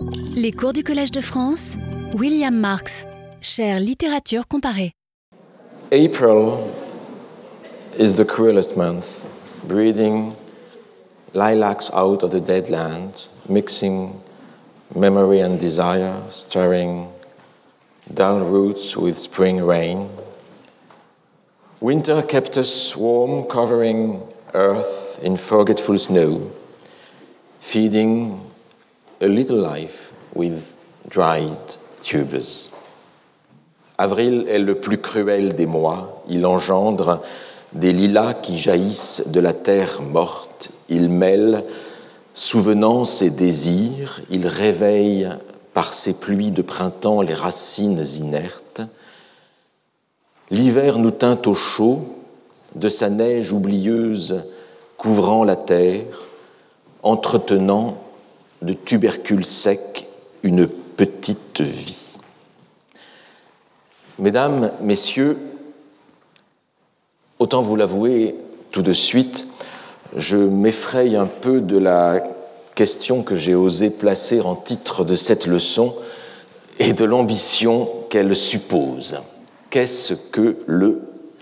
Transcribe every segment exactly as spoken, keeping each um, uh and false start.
Les cours du Collège de France, William Marx, chère littérature comparée. April is the cruelest month, breathing lilacs out of the dead land, mixing memory and desire, stirring down roots with spring rain. Winter kept us warm, covering earth in forgetful snow, feeding a little life with dried tubers. Avril est le plus cruel des mois. Il engendre des lilas qui jaillissent de la terre morte. Il mêle souvenance et désir. Il réveille par ses pluies de printemps les racines inertes. L'hiver nous tint au chaud, de sa neige oublieuse couvrant la terre, entretenant de tubercules secs une petite vie. Mesdames, messieurs, autant vous l'avouer tout de suite, je m'effraie un peu de la question que j'ai osé placer en titre de cette leçon et de l'ambition qu'elle suppose. Qu'est-ce que le passé ?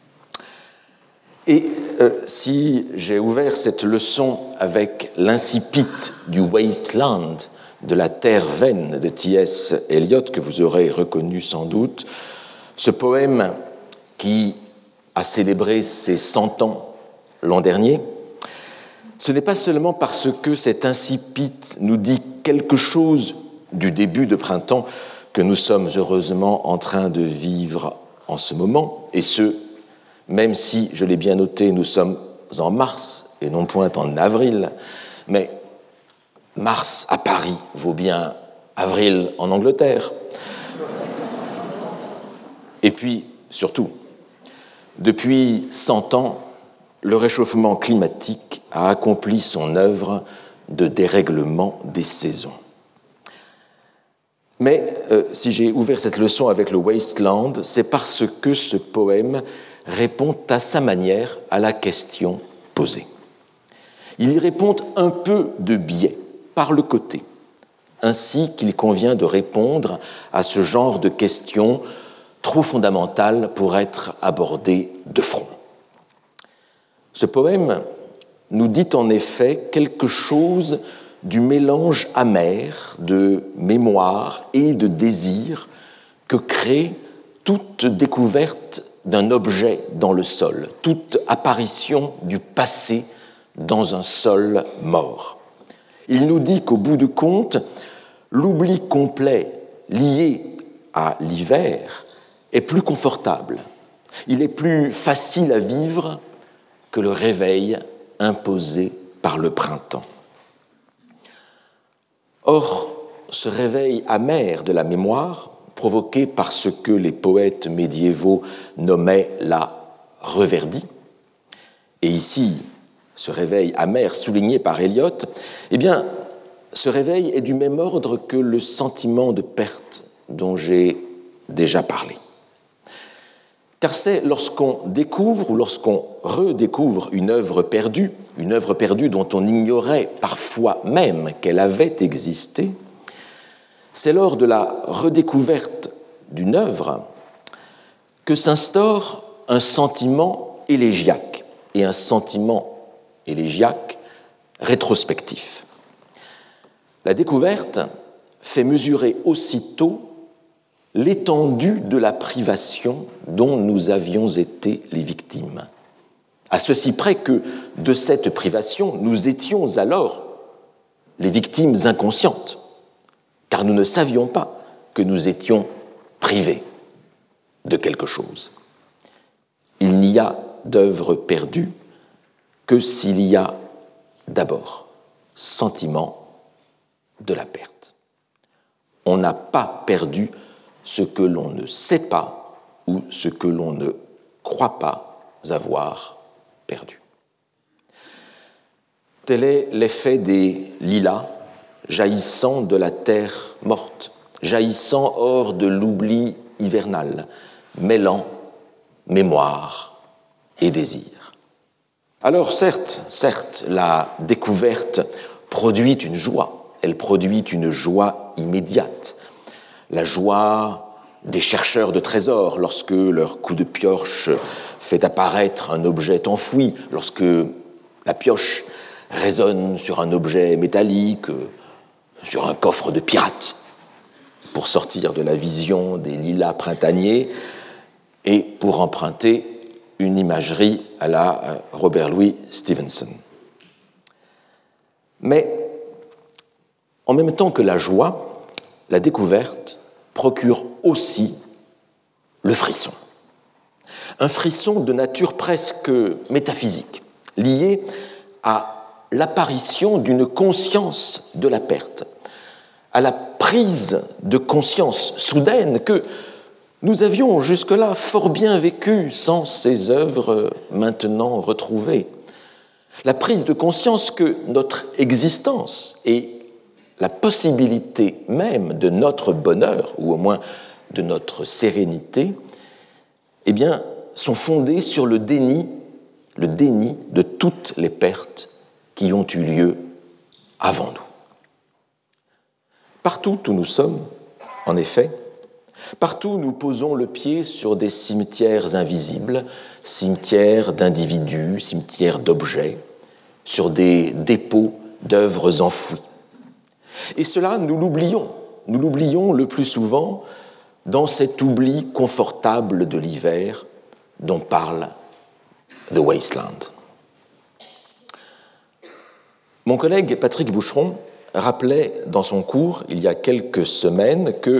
Et euh, si j'ai ouvert cette leçon avec l'incipit du Wasteland, de la terre vaine de T S Eliot, que vous aurez reconnu sans doute, ce poème qui a célébré ses cent ans l'an dernier, ce n'est pas seulement parce que cet incipit nous dit quelque chose du début de printemps que nous sommes heureusement en train de vivre en ce moment, et ce, même si, je l'ai bien noté, nous sommes en mars et non point en avril, mais mars à Paris vaut bien avril en Angleterre. Et puis, surtout, depuis cent ans, le réchauffement climatique a accompli son œuvre de dérèglement des saisons. Mais euh, si j'ai ouvert cette leçon avec le Wasteland, c'est parce que ce poème répond à sa manière à la question posée. Il y répond un peu de biais, par le côté, ainsi qu'il convient de répondre à ce genre de questions trop fondamentales pour être abordées de front. Ce poème nous dit en effet quelque chose du mélange amer de mémoire et de désir que crée toute découverte d'un objet dans le sol, toute apparition du passé dans un sol mort. Il nous dit qu'au bout du compte, l'oubli complet lié à l'hiver est plus confortable. Il est plus facile à vivre que le réveil imposé par le printemps. Or, ce réveil amer de la mémoire, provoqué par ce que les poètes médiévaux nommaient la reverdie, et ici, ce réveil amer souligné par Eliot, eh bien, ce réveil est du même ordre que le sentiment de perte dont j'ai déjà parlé. Car c'est lorsqu'on découvre ou lorsqu'on redécouvre une œuvre perdue, une œuvre perdue dont on ignorait parfois même qu'elle avait existé, c'est lors de la redécouverte d'une œuvre que s'instaure un sentiment élégiaque et un sentiment élégiaque rétrospectif. La découverte fait mesurer aussitôt l'étendue de la privation dont nous avions été les victimes. À ceci près que de cette privation, nous étions alors les victimes inconscientes, car nous ne savions pas que nous étions privés de quelque chose. Il n'y a d'œuvre perdue que s'il y a d'abord sentiment de la perte. On n'a pas perdu ce que l'on ne sait pas ou ce que l'on ne croit pas avoir perdu. Tel est l'effet des lilas jaillissant de la terre morte, jaillissant hors de l'oubli hivernal, mêlant mémoire et désir. Alors certes, certes, la découverte produit une joie, elle produit une joie immédiate, la joie des chercheurs de trésors lorsque leur coup de pioche fait apparaître un objet enfoui, lorsque la pioche résonne sur un objet métallique, sur un coffre de pirate, pour sortir de la vision des lilas printaniers et pour emprunter une imagerie à la Robert Louis Stevenson. Mais en même temps que la joie, la découverte procure aussi le frisson. Un frisson de nature presque métaphysique, lié à l'apparition d'une conscience de la perte, à la prise de conscience soudaine que nous avions jusque-là fort bien vécue sans ces œuvres maintenant retrouvées. La prise de conscience que notre existence et la possibilité même de notre bonheur, ou au moins de notre sérénité, eh bien, sont fondées sur le déni, le déni de toutes les pertes qui ont eu lieu avant nous. Partout où nous sommes, en effet, partout nous posons le pied sur des cimetières invisibles, cimetières d'individus, cimetières d'objets, sur des dépôts d'œuvres enfouies. Et cela, nous l'oublions, nous l'oublions le plus souvent dans cet oubli confortable de l'hiver dont parle The Wasteland. Mon collègue Patrick Boucheron rappelait dans son cours, il y a quelques semaines, que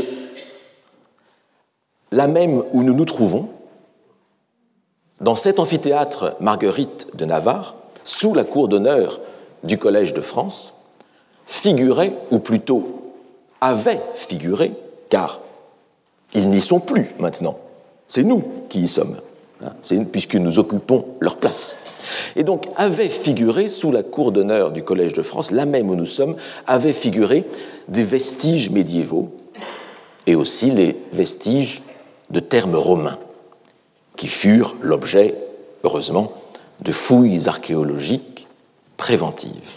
là même où nous nous trouvons, dans cet amphithéâtre Marguerite de Navarre, sous la cour d'honneur du Collège de France, figurait, ou plutôt avait figuré, car ils n'y sont plus maintenant, c'est nous qui y sommes, hein, c'est, puisque nous occupons leur place. Et donc avait figuré, sous la cour d'honneur du Collège de France, là même où nous sommes, avaient figuré des vestiges médiévaux et aussi les vestiges de termes romains, qui furent l'objet, heureusement, de fouilles archéologiques préventives.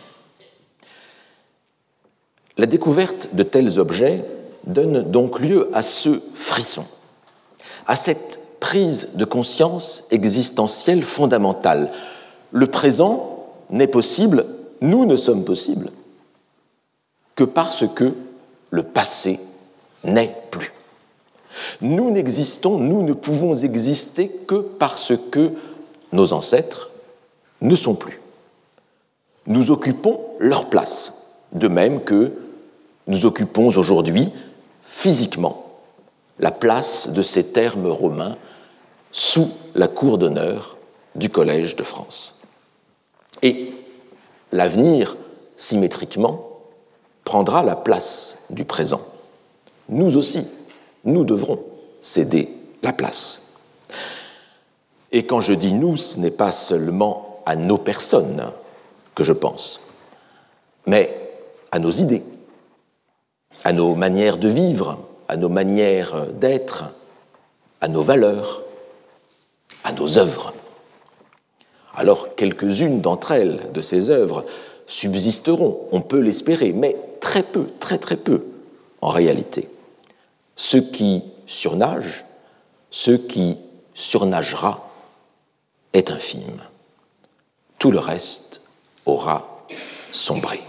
La découverte de tels objets donne donc lieu à ce frisson, à cette prise de conscience existentielle fondamentale. Le présent n'est possible, nous ne sommes possibles, que parce que le passé n'est plus. Nous n'existons, nous ne pouvons exister que parce que nos ancêtres ne sont plus. Nous occupons leur place, de même que nous occupons aujourd'hui physiquement la place de ces termes romains sous la cour d'honneur du Collège de France. Et l'avenir, symétriquement, prendra la place du présent. Nous aussi, nous devrons céder la place. Et quand je dis nous, ce n'est pas seulement à nos personnes que je pense, mais à nos idées, à nos manières de vivre, à nos manières d'être, à nos valeurs, à nos œuvres. Alors, quelques-unes d'entre elles, de ces œuvres, subsisteront, on peut l'espérer, mais très peu, très très peu, en réalité. Ce qui surnage, ce qui surnagera, est infime. Tout le reste aura sombré.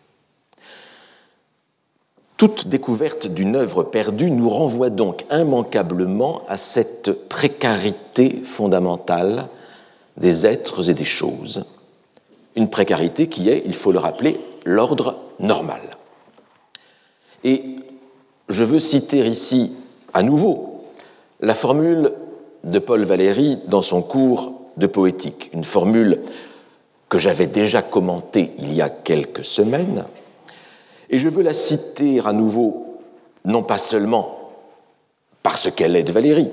Toute découverte d'une œuvre perdue nous renvoie donc immanquablement à cette précarité fondamentale des êtres et des choses, une précarité qui est, il faut le rappeler, l'ordre normal. Et je veux citer ici à nouveau la formule de Paul Valéry dans son cours de poétique, une formule que j'avais déjà commentée il y a quelques semaines, et je veux la citer à nouveau, non pas seulement parce qu'elle est de Valéry,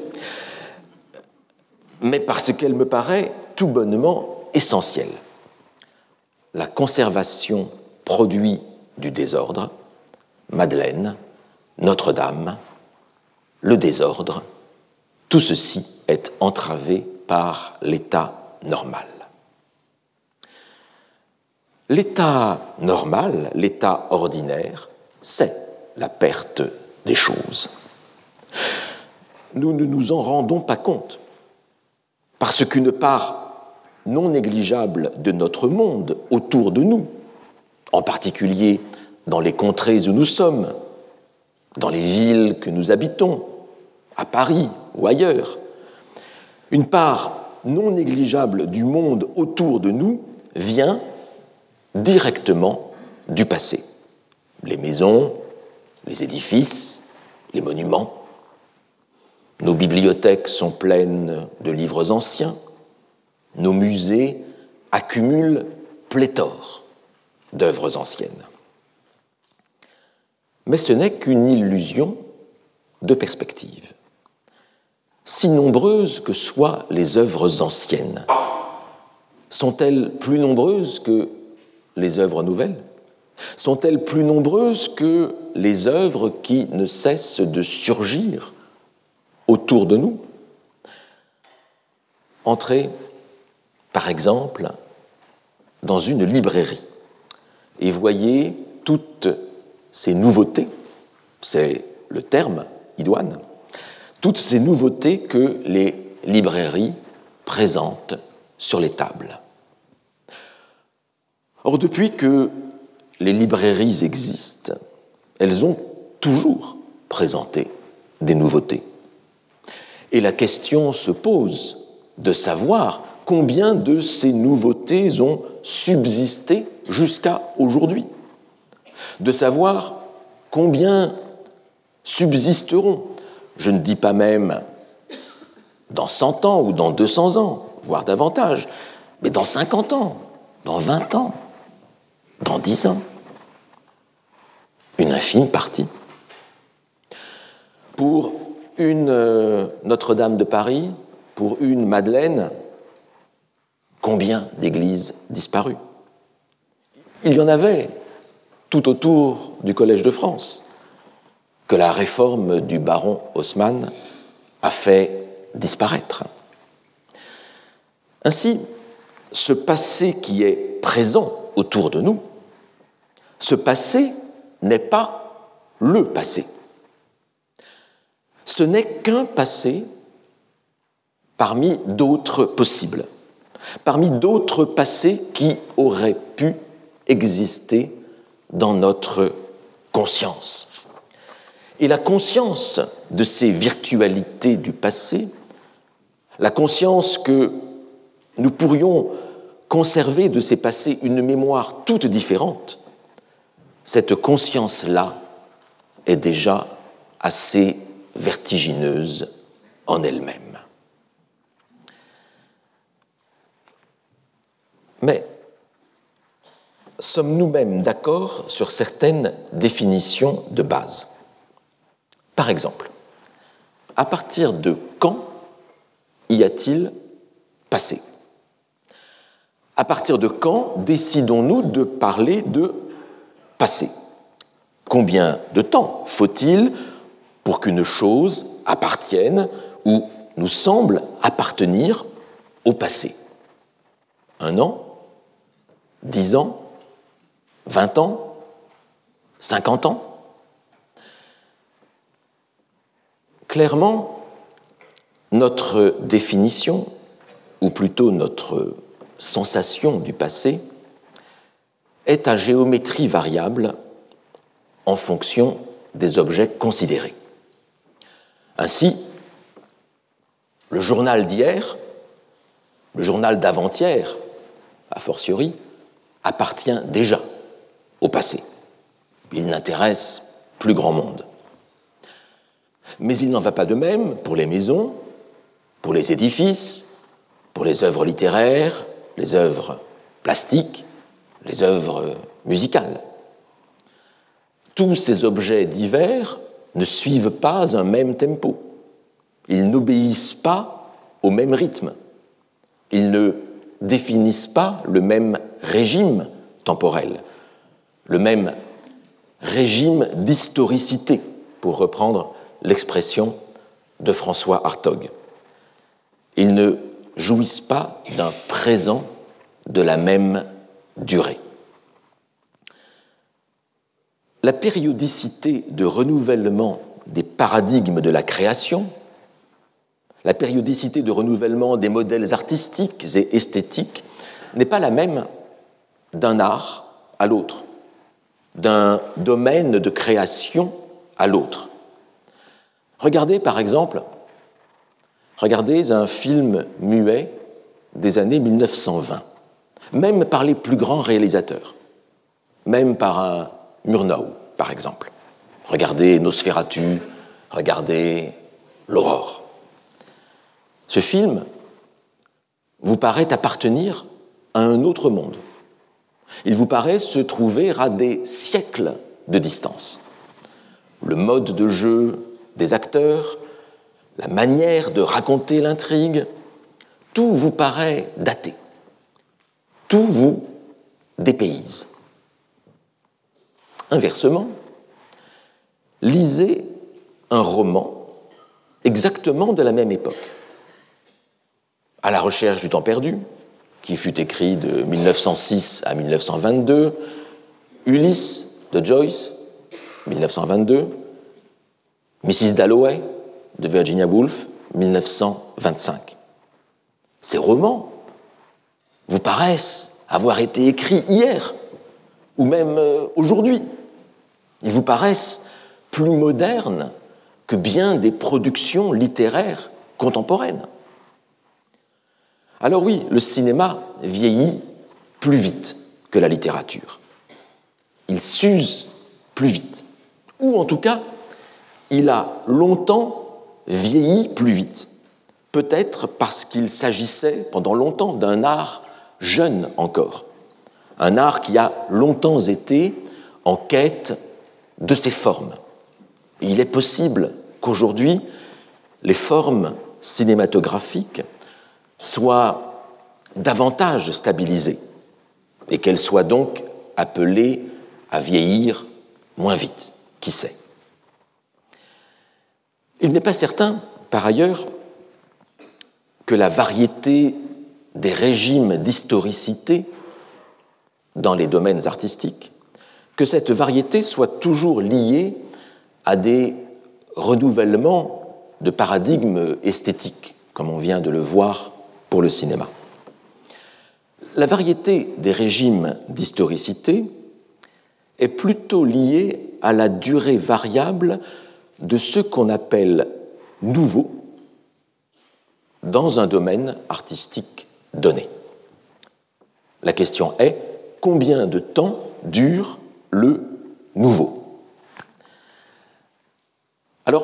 mais parce qu'elle me paraît tout bonnement essentielle. La conservation produit du désordre, Madeleine, Notre-Dame, le désordre, tout ceci est entravé par l'état normal. L'état normal, l'état ordinaire, c'est la perte des choses. Nous ne nous en rendons pas compte, parce qu'une part non négligeable de notre monde autour de nous, en particulier dans les contrées où nous sommes, dans les villes que nous habitons, à Paris ou ailleurs, une part non négligeable du monde autour de nous vient directement du passé. Les maisons, les édifices, les monuments. Nos bibliothèques sont pleines de livres anciens. Nos musées accumulent pléthore d'œuvres anciennes. Mais ce n'est qu'une illusion de perspective. Si nombreuses que soient les œuvres anciennes, sont-elles plus nombreuses que les œuvres nouvelles ? Sont-elles plus nombreuses que les œuvres qui ne cessent de surgir autour de nous ? Entrez, par exemple, dans une librairie et voyez toutes ces nouveautés, c'est le terme idoine, toutes ces nouveautés que les librairies présentent sur les tables. Or, depuis que les librairies existent, elles ont toujours présenté des nouveautés. Et la question se pose de savoir combien de ces nouveautés ont subsisté jusqu'à aujourd'hui, de savoir combien subsisteront, je ne dis pas même dans cent ans ou dans deux cents ans, voire davantage, mais dans cinquante ans, dans vingt ans, dans dix ans. Une infime partie. Pour une euh, Notre-Dame de Paris, pour une Madeleine, combien d'églises disparues ? Il y en avait tout autour du Collège de France, que la réforme du baron Haussmann a fait disparaître. Ainsi, ce passé qui est présent autour de nous, ce passé n'est pas le passé. Ce n'est qu'un passé parmi d'autres possibles, parmi d'autres passés qui auraient pu exister dans notre conscience. Et la conscience de ces virtualités du passé, la conscience que nous pourrions conserver de ces passés une mémoire toute différente, cette conscience-là est déjà assez vertigineuse en elle-même. Mais sommes-nous même d'accord sur certaines définitions de base ? Par exemple, à partir de quand y a-t-il passé ? À partir de quand décidons-nous de parler de passé ? Combien de temps faut-il pour qu'une chose appartienne ou nous semble appartenir au passé ? Un an ? Dix ans ? Vingt ans ? Cinquante ans ? Clairement, notre définition, ou plutôt notre sensation du passé, est à géométrie variable en fonction des objets considérés. Ainsi, le journal d'hier, le journal d'avant-hier, a fortiori, appartient déjà au passé. Il n'intéresse plus grand monde. Mais il n'en va pas de même pour les maisons, pour les édifices, pour les œuvres littéraires, les œuvres plastiques, les œuvres musicales. Tous ces objets divers ne suivent pas un même tempo. Ils n'obéissent pas au même rythme. Ils ne définissent pas le même régime temporel, le même régime d'historicité, pour reprendre l'expression de François Hartog. Ils ne jouissent pas d'un présent de la même durée. la périodicité de renouvellement des paradigmes de la création, la périodicité de renouvellement des modèles artistiques et esthétiques n'est pas la même d'un art à l'autre, d'un domaine de création à l'autre. Regardez par exemple, regardez un film muet des années mille neuf cent vingt, même par les plus grands réalisateurs, même par un Murnau, par exemple. Regardez Nosferatu, regardez L'Aurore. Ce film vous paraît appartenir à un autre monde. Il vous paraît se trouver à des siècles de distance. Le mode de jeu des acteurs, la manière de raconter l'intrigue, tout vous paraît daté. Tout vous dépayse. Inversement, lisez un roman exactement de la même époque. À la recherche du temps perdu, qui fut écrit de mille neuf cent six à mille neuf cent vingt-deux, Ulysse de Joyce, mille neuf cent vingt-deux, missus Dalloway de Virginia Woolf, mille neuf cent vingt-cinq. Ces romans vous paraissent avoir été écrits hier, ou même aujourd'hui. Ils vous paraissent plus modernes que bien des productions littéraires contemporaines. Alors oui, le cinéma vieillit plus vite que la littérature. Il s'use plus vite. Ou en tout cas, il a longtemps vieilli plus vite. Peut-être parce qu'il s'agissait pendant longtemps d'un art jeune encore. Un art qui a longtemps été en quête de ses formes. Et il est possible qu'aujourd'hui, les formes cinématographiques soient davantage stabilisées et qu'elles soient donc appelées à vieillir moins vite. Qui sait ? Il n'est pas certain, par ailleurs, que la variété des régimes d'historicité dans les domaines artistiques, que cette variété soit toujours liée à des renouvellements de paradigmes esthétiques, comme on vient de le voir pour le cinéma. La variété des régimes d'historicité est plutôt liée à la durée variable de ce qu'on appelle nouveau dans un domaine artistique donné. La question est, combien de temps dure le nouveau ? Alors,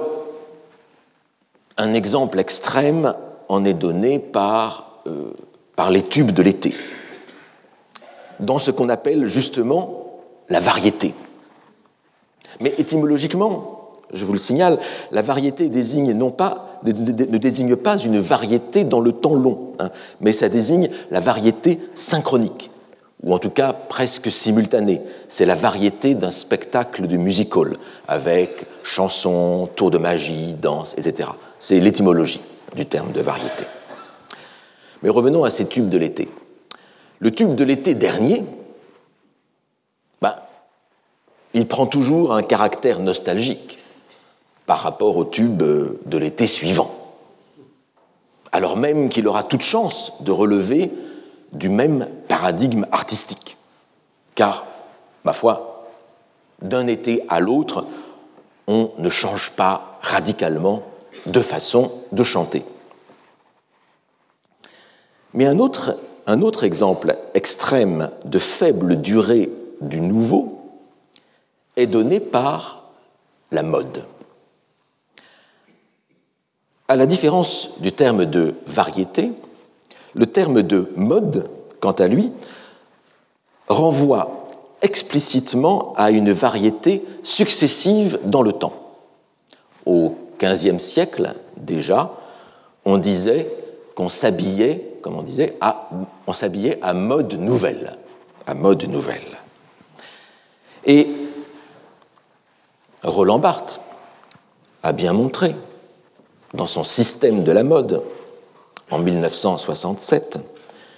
un exemple extrême en est donné par, euh, par les tubes de l'été, dans ce qu'on appelle justement la variété. Mais étymologiquement, je vous le signale, la variété désigne non pas, ne désigne pas une variété dans le temps long, hein, mais ça désigne la variété synchronique, ou en tout cas presque simultanée. C'est la variété d'un spectacle de music-hall, avec chansons, tours de magie, danse, et cetera. C'est l'étymologie du terme de variété. Mais revenons à ces tubes de l'été. Le tube de l'été dernier, ben, il prend toujours un caractère nostalgique par rapport au tube de l'été suivant, alors même qu'il aura toute chance de relever du même paradigme artistique. Car, ma foi, d'un été à l'autre, on ne change pas radicalement de façon de chanter. Mais un autre, un autre exemple extrême de faible durée du nouveau est donné par la mode. À la différence du terme de variété, le terme de mode, quant à lui, renvoie explicitement à une variété successive dans le temps. Au quinzième siècle, déjà, on disait qu'on s'habillait, comme on disait, à, on s'habillait à mode nouvelle, à mode nouvelle. Et Roland Barthes a bien montré, dans son système de la mode, en mille neuf cent soixante-sept,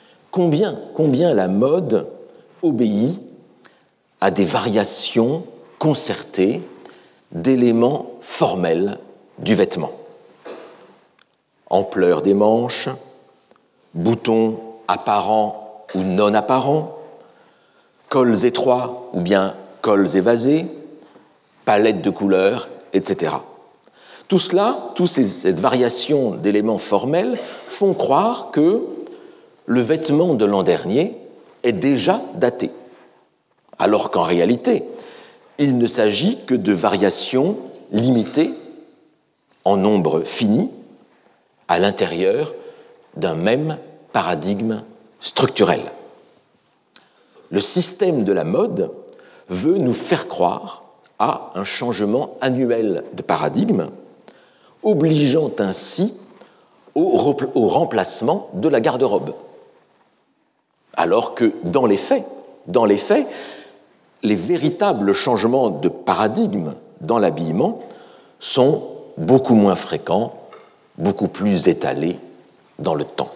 combien, combien la mode obéit à des variations concertée d'éléments formels du vêtement. Ampleur des manches, boutons apparents ou non apparents, cols étroits ou bien cols évasés, palettes de couleurs, et cetera. Tout cela, toute cette variation d'éléments formels font croire que le vêtement de l'an dernier est déjà daté, alors qu'en réalité, il ne s'agit que de variations limitées en nombre fini à l'intérieur d'un même paradigme structurel. Le système de la mode veut nous faire croire à un changement annuel de paradigme, obligeant ainsi au, repl- au remplacement de la garde-robe. Alors que dans les faits, dans les faits, les véritables changements de paradigme dans l'habillement sont beaucoup moins fréquents, beaucoup plus étalés dans le temps.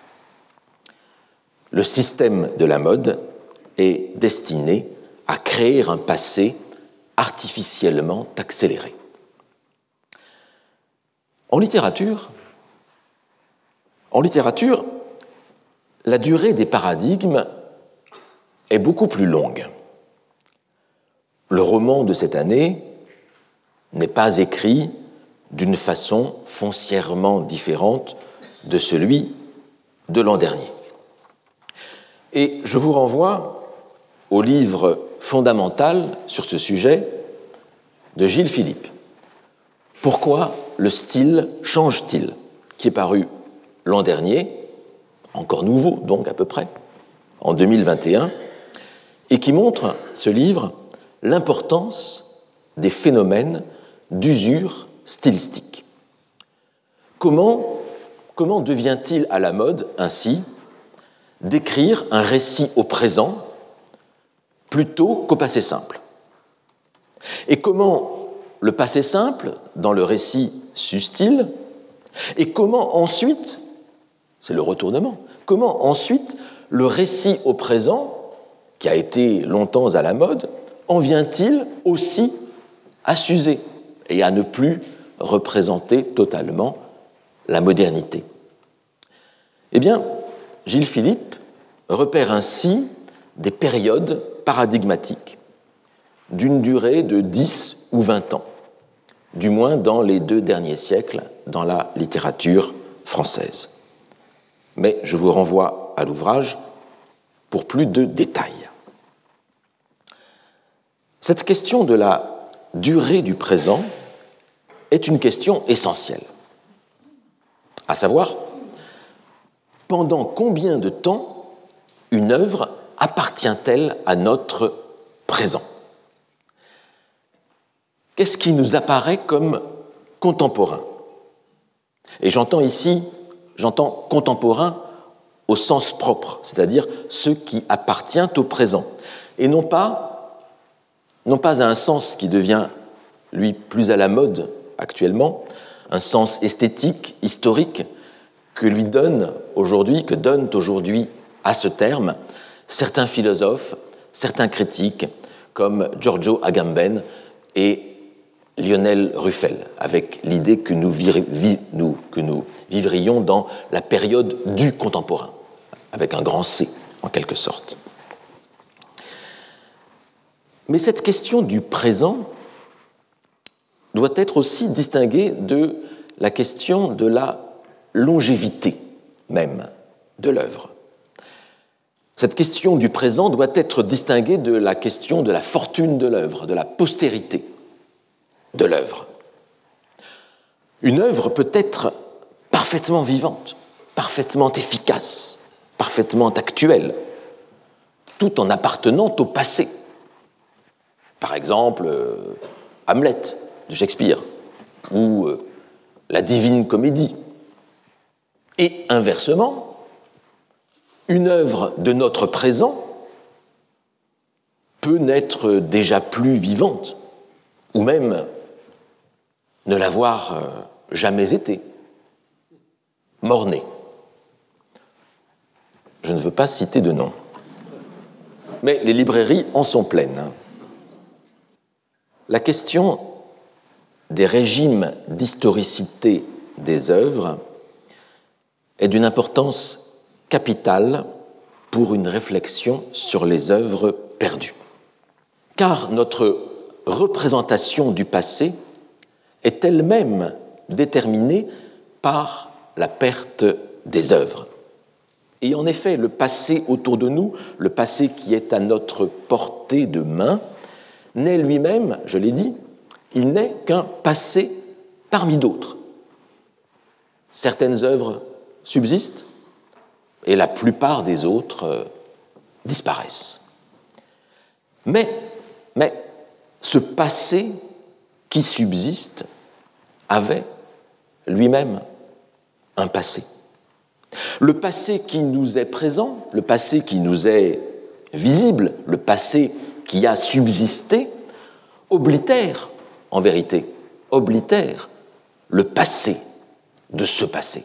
Le système de la mode est destiné à créer un passé artificiellement accéléré. En littérature, en littérature, la durée des paradigmes est beaucoup plus longue. Le roman de cette année n'est pas écrit d'une façon foncièrement différente de celui de l'an dernier. Et je vous renvoie au livre fondamental sur ce sujet de Gilles Philippe. Pourquoi le style change-t-il ? Qui est paru l'an dernier, encore nouveau donc à peu près, en deux mille vingt et un, et qui montre, ce livre, l'importance des phénomènes d'usure stylistique. Comment, comment devient-il à la mode, ainsi, d'écrire un récit au présent plutôt qu'au passé simple ? Et comment le passé simple, dans le récit, s'use-t-il ? Et comment ensuite, c'est le retournement, comment ensuite le récit au présent, qui a été longtemps à la mode, en vient-il aussi à s'user et à ne plus représenter totalement la modernité ? Eh bien, Gilles Philippe repère ainsi des périodes paradigmatiques d'une durée de dix ou vingt ans, du moins dans les deux derniers siècles dans la littérature française. Mais je vous renvoie à l'ouvrage pour plus de détails. Cette question de la durée du présent est une question essentielle, à savoir, pendant combien de temps une œuvre appartient-elle à notre présent ? Qu'est-ce qui nous apparaît comme contemporain ? Et j'entends ici, j'entends contemporain au sens propre, c'est-à-dire ce qui appartient au présent, et non pas, non pas à un sens qui devient, lui, plus à la mode actuellement, un sens esthétique, historique, que lui donne aujourd'hui, que donnent aujourd'hui à ce terme certains philosophes, certains critiques, comme Giorgio Agamben et Lionel Ruffel, avec l'idée que nous, vi- vi- nous, que nous vivrions dans la période du contemporain, avec un grand C, en quelque sorte. Mais cette question du présent doit être aussi distinguée de la question de la longévité même de l'œuvre. Cette question du présent doit être distinguée de la question de la fortune de l'œuvre, de la postérité de l'œuvre. Une œuvre peut être parfaitement vivante, parfaitement efficace, parfaitement actuelle, tout en appartenant au passé. Par exemple, euh, Hamlet de Shakespeare ou euh, la Divine Comédie. Et inversement, une œuvre de notre présent peut n'être déjà plus vivante, ou même ne l'avoir euh, jamais été, mort-née. Je ne veux pas citer de nom, mais les librairies en sont pleines. la question des régimes d'historicité des œuvres est d'une importance capitale pour une réflexion sur les œuvres perdues. Car notre représentation du passé est elle-même déterminée par la perte des œuvres. Et en effet, le passé autour de nous, le passé qui est à notre portée de main, n'est lui-même, je l'ai dit, il n'est qu'un passé parmi d'autres. Certaines œuvres subsistent et la plupart des autres euh, disparaissent. Mais, mais ce passé qui subsiste avait lui-même un passé. Le passé qui nous est présent, le passé qui nous est visible, le passé qui a subsisté, oblitère, en vérité, oblitère le passé de ce passé.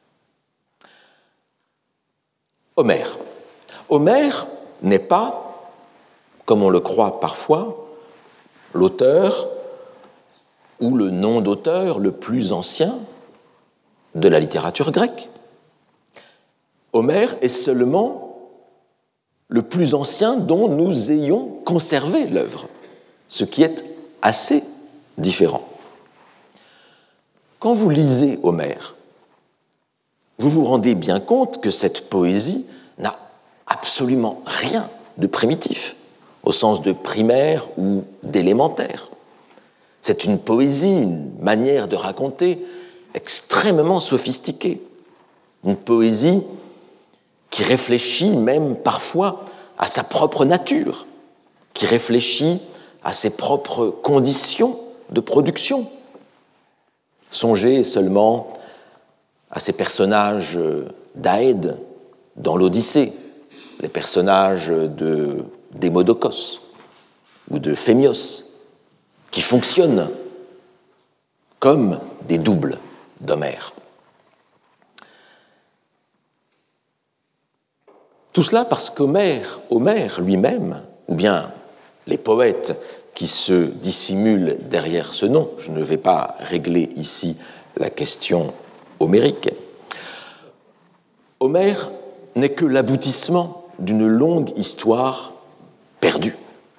Homère. Homère n'est pas, comme on le croit parfois, l'auteur ou le nom d'auteur le plus ancien de la littérature grecque. Homère est seulement le plus ancien dont nous ayons conservé l'œuvre, ce qui est assez différent. Quand vous lisez Homère, vous vous rendez bien compte que cette poésie n'a absolument rien de primitif, au sens de primaire ou d'élémentaire. C'est une poésie, une manière de raconter extrêmement sophistiquée, une poésie qui réfléchit même parfois à sa propre nature, qui réfléchit à ses propres conditions de production. Songez seulement à ces personnages d'Aède dans l'Odyssée, les personnages de Démodocos ou de Phémios, qui fonctionnent comme des doubles d'Homère. Tout cela parce qu'Homère, Homère lui-même, ou bien les poètes qui se dissimulent derrière ce nom, je ne vais pas régler ici la question homérique, Homère n'est que l'aboutissement d'une longue histoire perdue.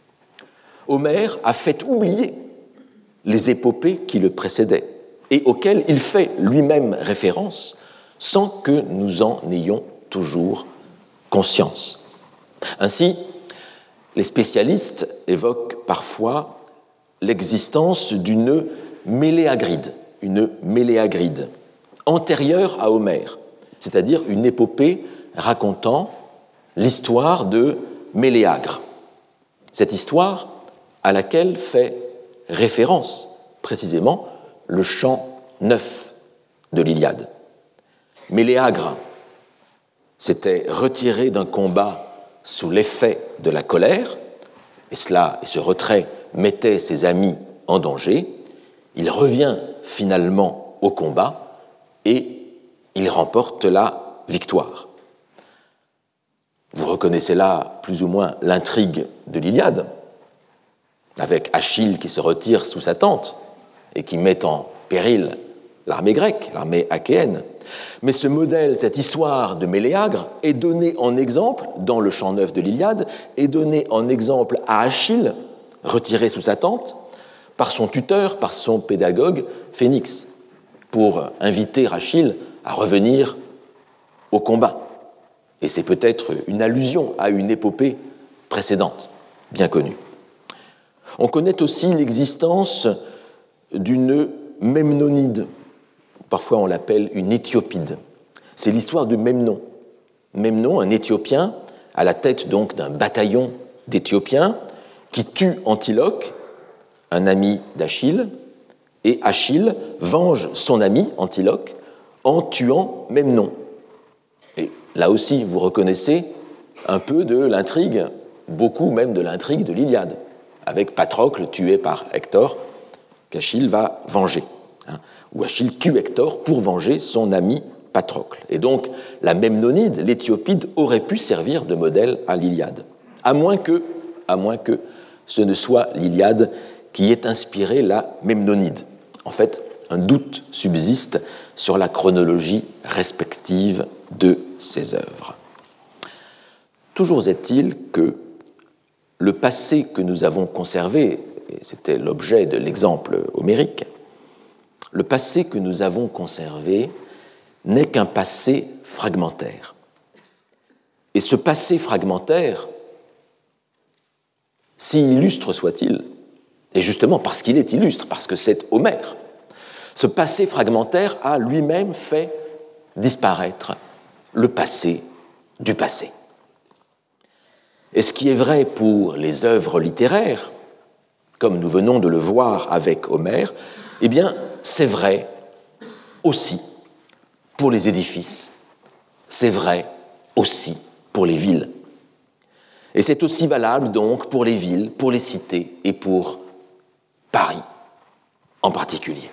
Homère a fait oublier les épopées qui le précédaient et auxquelles il fait lui-même référence sans que nous en ayons toujours conscience. Ainsi, les spécialistes évoquent parfois l'existence d'une méléagride, une méléagride antérieure à Homère, c'est-à-dire une épopée racontant l'histoire de Méléagre. Cette histoire à laquelle fait référence précisément le chant neuf de l'Iliade. Méléagre s'était retiré d'un combat sous l'effet de la colère, et cela, et ce retrait mettait ses amis en danger. Il revient finalement au combat et il remporte la victoire. Vous reconnaissez là plus ou moins l'intrigue de l'Iliade, avec Achille qui se retire sous sa tente et qui met en péril l'armée grecque, l'armée achéenne. Mais ce modèle, cette histoire de Méléagre est donné en exemple, dans le chant neuf de l'Iliade, est donné en exemple à Achille, retiré sous sa tente, par son tuteur, par son pédagogue, Phénix, pour inviter Achille à revenir au combat. Et c'est peut-être une allusion à une épopée précédente, bien connue. On connaît aussi l'existence d'une Memnonide. Parfois on l'appelle une Éthiopide. C'est l'histoire de Memnon. Memnon, un Éthiopien, à la tête donc d'un bataillon d'Éthiopiens, qui tue Antiloque, un ami d'Achille, et Achille venge son ami Antiloque en tuant Memnon. Et là aussi, vous reconnaissez un peu de l'intrigue, beaucoup même de l'intrigue de l'Iliade, avec Patrocle tué par Hector, qu'Achille va venger. Hein, où Achille tue Hector pour venger son ami Patrocle. Et donc, la Memnonide, l'Éthiopide, aurait pu servir de modèle à l'Iliade, à moins que, à moins que ce ne soit l'Iliade qui ait inspiré la Mémnonide. En fait, un doute subsiste sur la chronologie respective de ces œuvres. Toujours est-il que le passé que nous avons conservé, et c'était l'objet de l'exemple homérique, le passé que nous avons conservé n'est qu'un passé fragmentaire. Et ce passé fragmentaire, si illustre soit-il, et justement parce qu'il est illustre, parce que c'est Homère, ce passé fragmentaire a lui-même fait disparaître le passé du passé. Et ce qui est vrai pour les œuvres littéraires, comme nous venons de le voir avec Homère, eh bien, c'est vrai aussi pour les édifices, c'est vrai aussi pour les villes. Et c'est aussi valable donc pour les villes, pour les cités et pour Paris en particulier.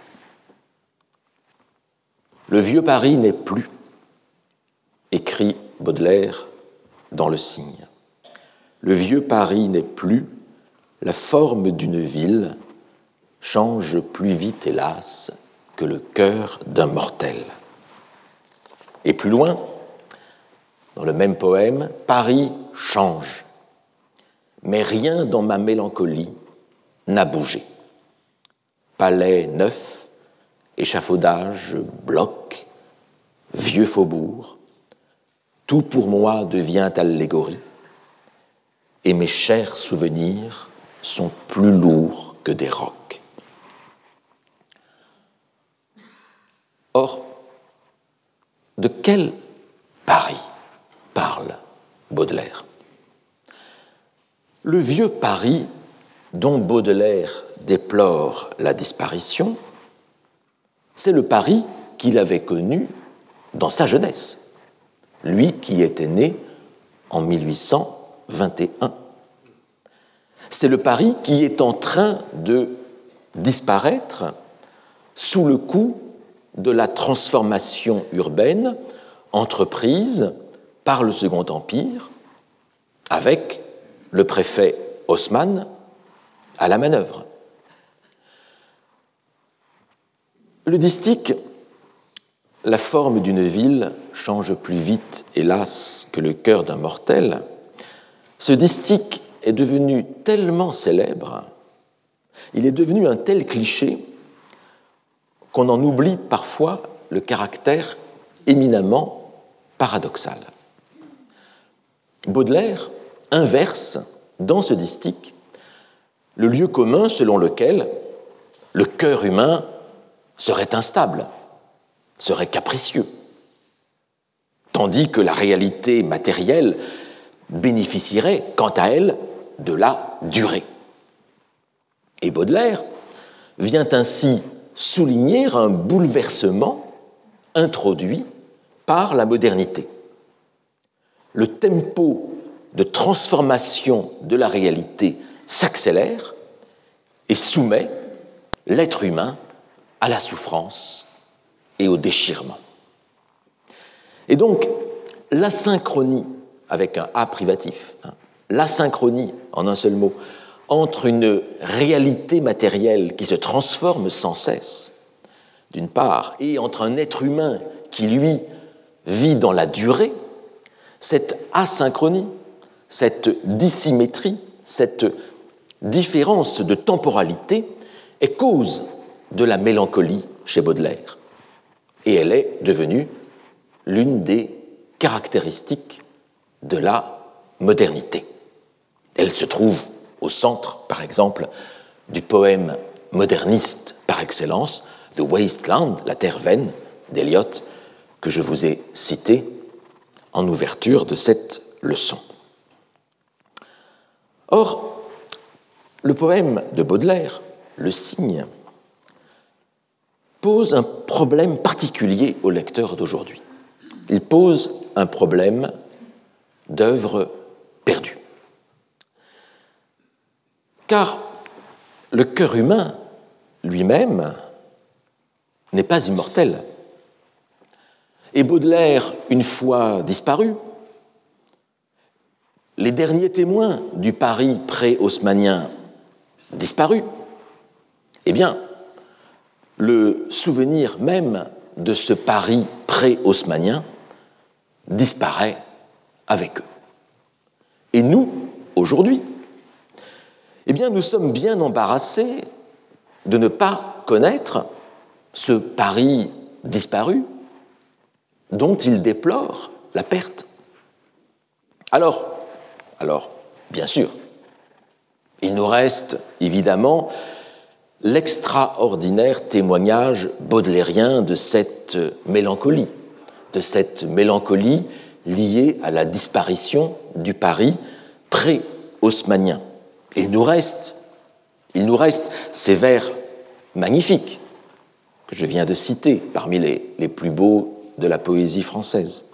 Le vieux Paris n'est plus, écrit Baudelaire dans Le Cygne. Le vieux Paris n'est plus, la forme d'une ville change plus vite, hélas, que le cœur d'un mortel. Et plus loin, dans le même poème, Paris change, mais rien dans ma mélancolie n'a bougé. Palais neuf, échafaudage, bloc, vieux faubourg, tout pour moi devient allégorie, et mes chers souvenirs sont plus lourds que des rocs. Or, de quel Paris parle Baudelaire? Le vieux Paris dont Baudelaire déplore la disparition, c'est le Paris qu'il avait connu dans sa jeunesse, lui qui était né en mille huit cent vingt et un. C'est le Paris qui est en train de disparaître sous le coup de la transformation urbaine entreprise par le Second Empire, avec le préfet Haussmann à la manœuvre. Le distique « La forme d'une ville change plus vite, hélas, que le cœur d'un mortel », ce distique est devenu tellement célèbre, il est devenu un tel cliché qu'on en oublie parfois le caractère éminemment paradoxal. Baudelaire inverse dans ce distique le lieu commun selon lequel le cœur humain serait instable, serait capricieux, tandis que la réalité matérielle bénéficierait, quant à elle, de la durée. Et Baudelaire vient ainsi souligner un bouleversement introduit par la modernité. Le tempo de transformation de la réalité s'accélère et soumet l'être humain à la souffrance et au déchirement. Et donc, l'asynchronie, avec un A privatif, hein, l'asynchronie, en un seul mot, entre une réalité matérielle qui se transforme sans cesse, d'une part, et entre un être humain qui, lui, vit dans la durée, cette asynchronie, cette dissymétrie, cette différence de temporalité est cause de la mélancolie chez Baudelaire. Et elle est devenue l'une des caractéristiques de la modernité. Elle se trouve au centre, par exemple, du poème moderniste par excellence, The Waste Land, la terre vaine, d'Eliot, que je vous ai cité en ouverture de cette leçon. Or, le poème de Baudelaire, Le Cygne, pose un problème particulier au lecteur d'aujourd'hui. Il pose un problème d'œuvre perdue. Car le cœur humain lui-même n'est pas immortel. Et Baudelaire, une fois disparu, les derniers témoins du Paris pré-haussmannien disparus, eh bien, le souvenir même de ce Paris pré-haussmannien disparaît avec eux. Et nous, aujourd'hui, eh bien, nous sommes bien embarrassés de ne pas connaître ce Paris disparu dont ils déplorent la perte. Alors, alors, bien sûr, il nous reste évidemment l'extraordinaire témoignage baudelairien de cette mélancolie, de cette mélancolie liée à la disparition du Paris pré-haussmannien. Il nous reste, il nous reste ces vers magnifiques que je viens de citer parmi les, les plus beaux de la poésie française.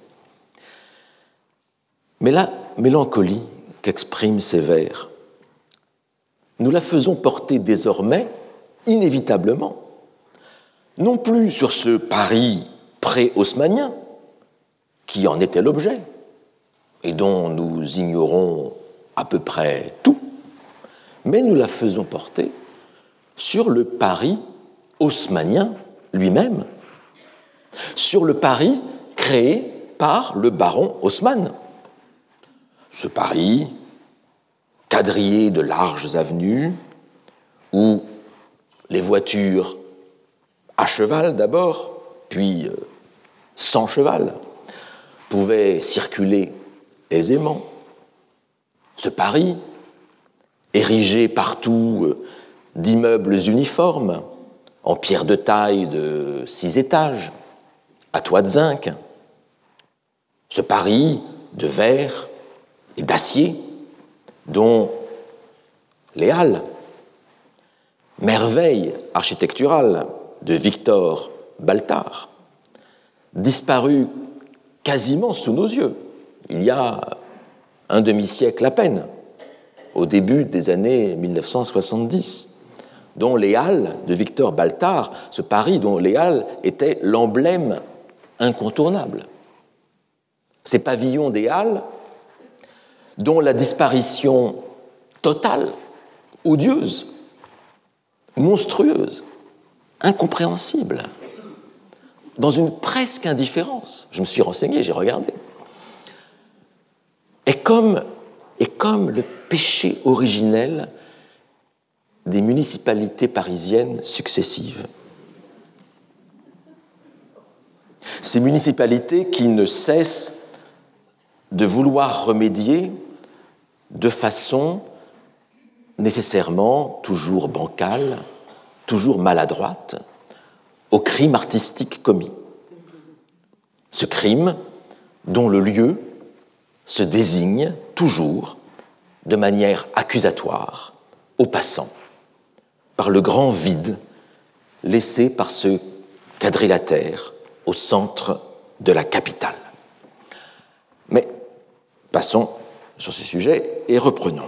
Mais la mélancolie qu'expriment ces vers, nous la faisons porter désormais, inévitablement, non plus sur ce Paris pré-haussmannien, qui en était l'objet, et dont nous ignorons à peu près tout, mais nous la faisons porter sur le Paris haussmannien lui-même, sur le Paris créé par le baron Haussmann. Ce Paris quadrillé de larges avenues, où les voitures à cheval d'abord, puis sans cheval, pouvaient circuler aisément. Ce Paris, érigé partout d'immeubles uniformes, en pierre de taille de six étages, à toit de zinc. Ce Paris de verre et d'acier, dont les halles, merveille architecturale de Victor Baltard, disparu quasiment sous nos yeux, il y a un demi-siècle à peine, au début des années mille neuf cent soixante-dix, dont les halles de Victor Baltard, ce Paris dont les halles étaient l'emblème incontournable. Ces pavillons des halles, dont la disparition totale, odieuse, monstrueuse, incompréhensible, dans une presque indifférence, je me suis renseigné, j'ai regardé, est comme, est comme le péché originel des municipalités parisiennes successives. Ces municipalités qui ne cessent de vouloir remédier de façon nécessairement toujours bancale, toujours maladroite, au crime artistique commis. Ce crime dont le lieu se désigne toujours de manière accusatoire aux passants, par le grand vide laissé par ce quadrilatère au centre de la capitale. Mais passons sur ce sujet et reprenons.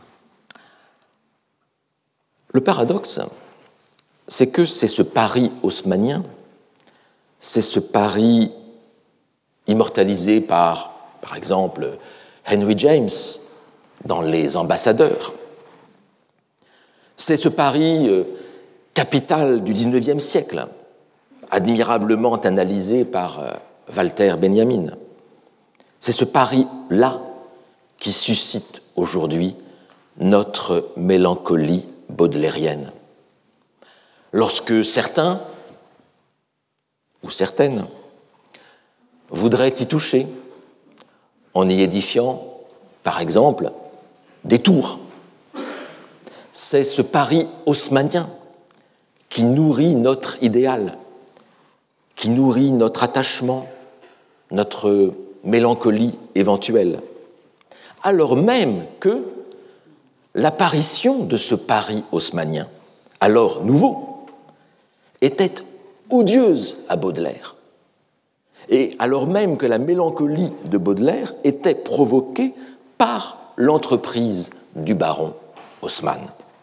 Le paradoxe, c'est que c'est ce Paris haussmannien, c'est ce Paris immortalisé par, par exemple, Henry James dans Les Ambassadeurs. C'est ce Paris euh, capitale du dix-neuvième siècle, admirablement analysé par euh, Walter Benjamin. C'est ce Paris-là qui suscite aujourd'hui notre mélancolie baudelairienne. Lorsque certains, ou certaines, voudraient y toucher, en y édifiant, par exemple, des tours. C'est ce Paris haussmannien qui nourrit notre idéal, qui nourrit notre attachement, notre mélancolie éventuelle, alors même que l'apparition de ce Paris haussmannien, alors nouveau, était odieuse à Baudelaire. Et alors même que la mélancolie de Baudelaire était provoquée par l'entreprise du baron Haussmann.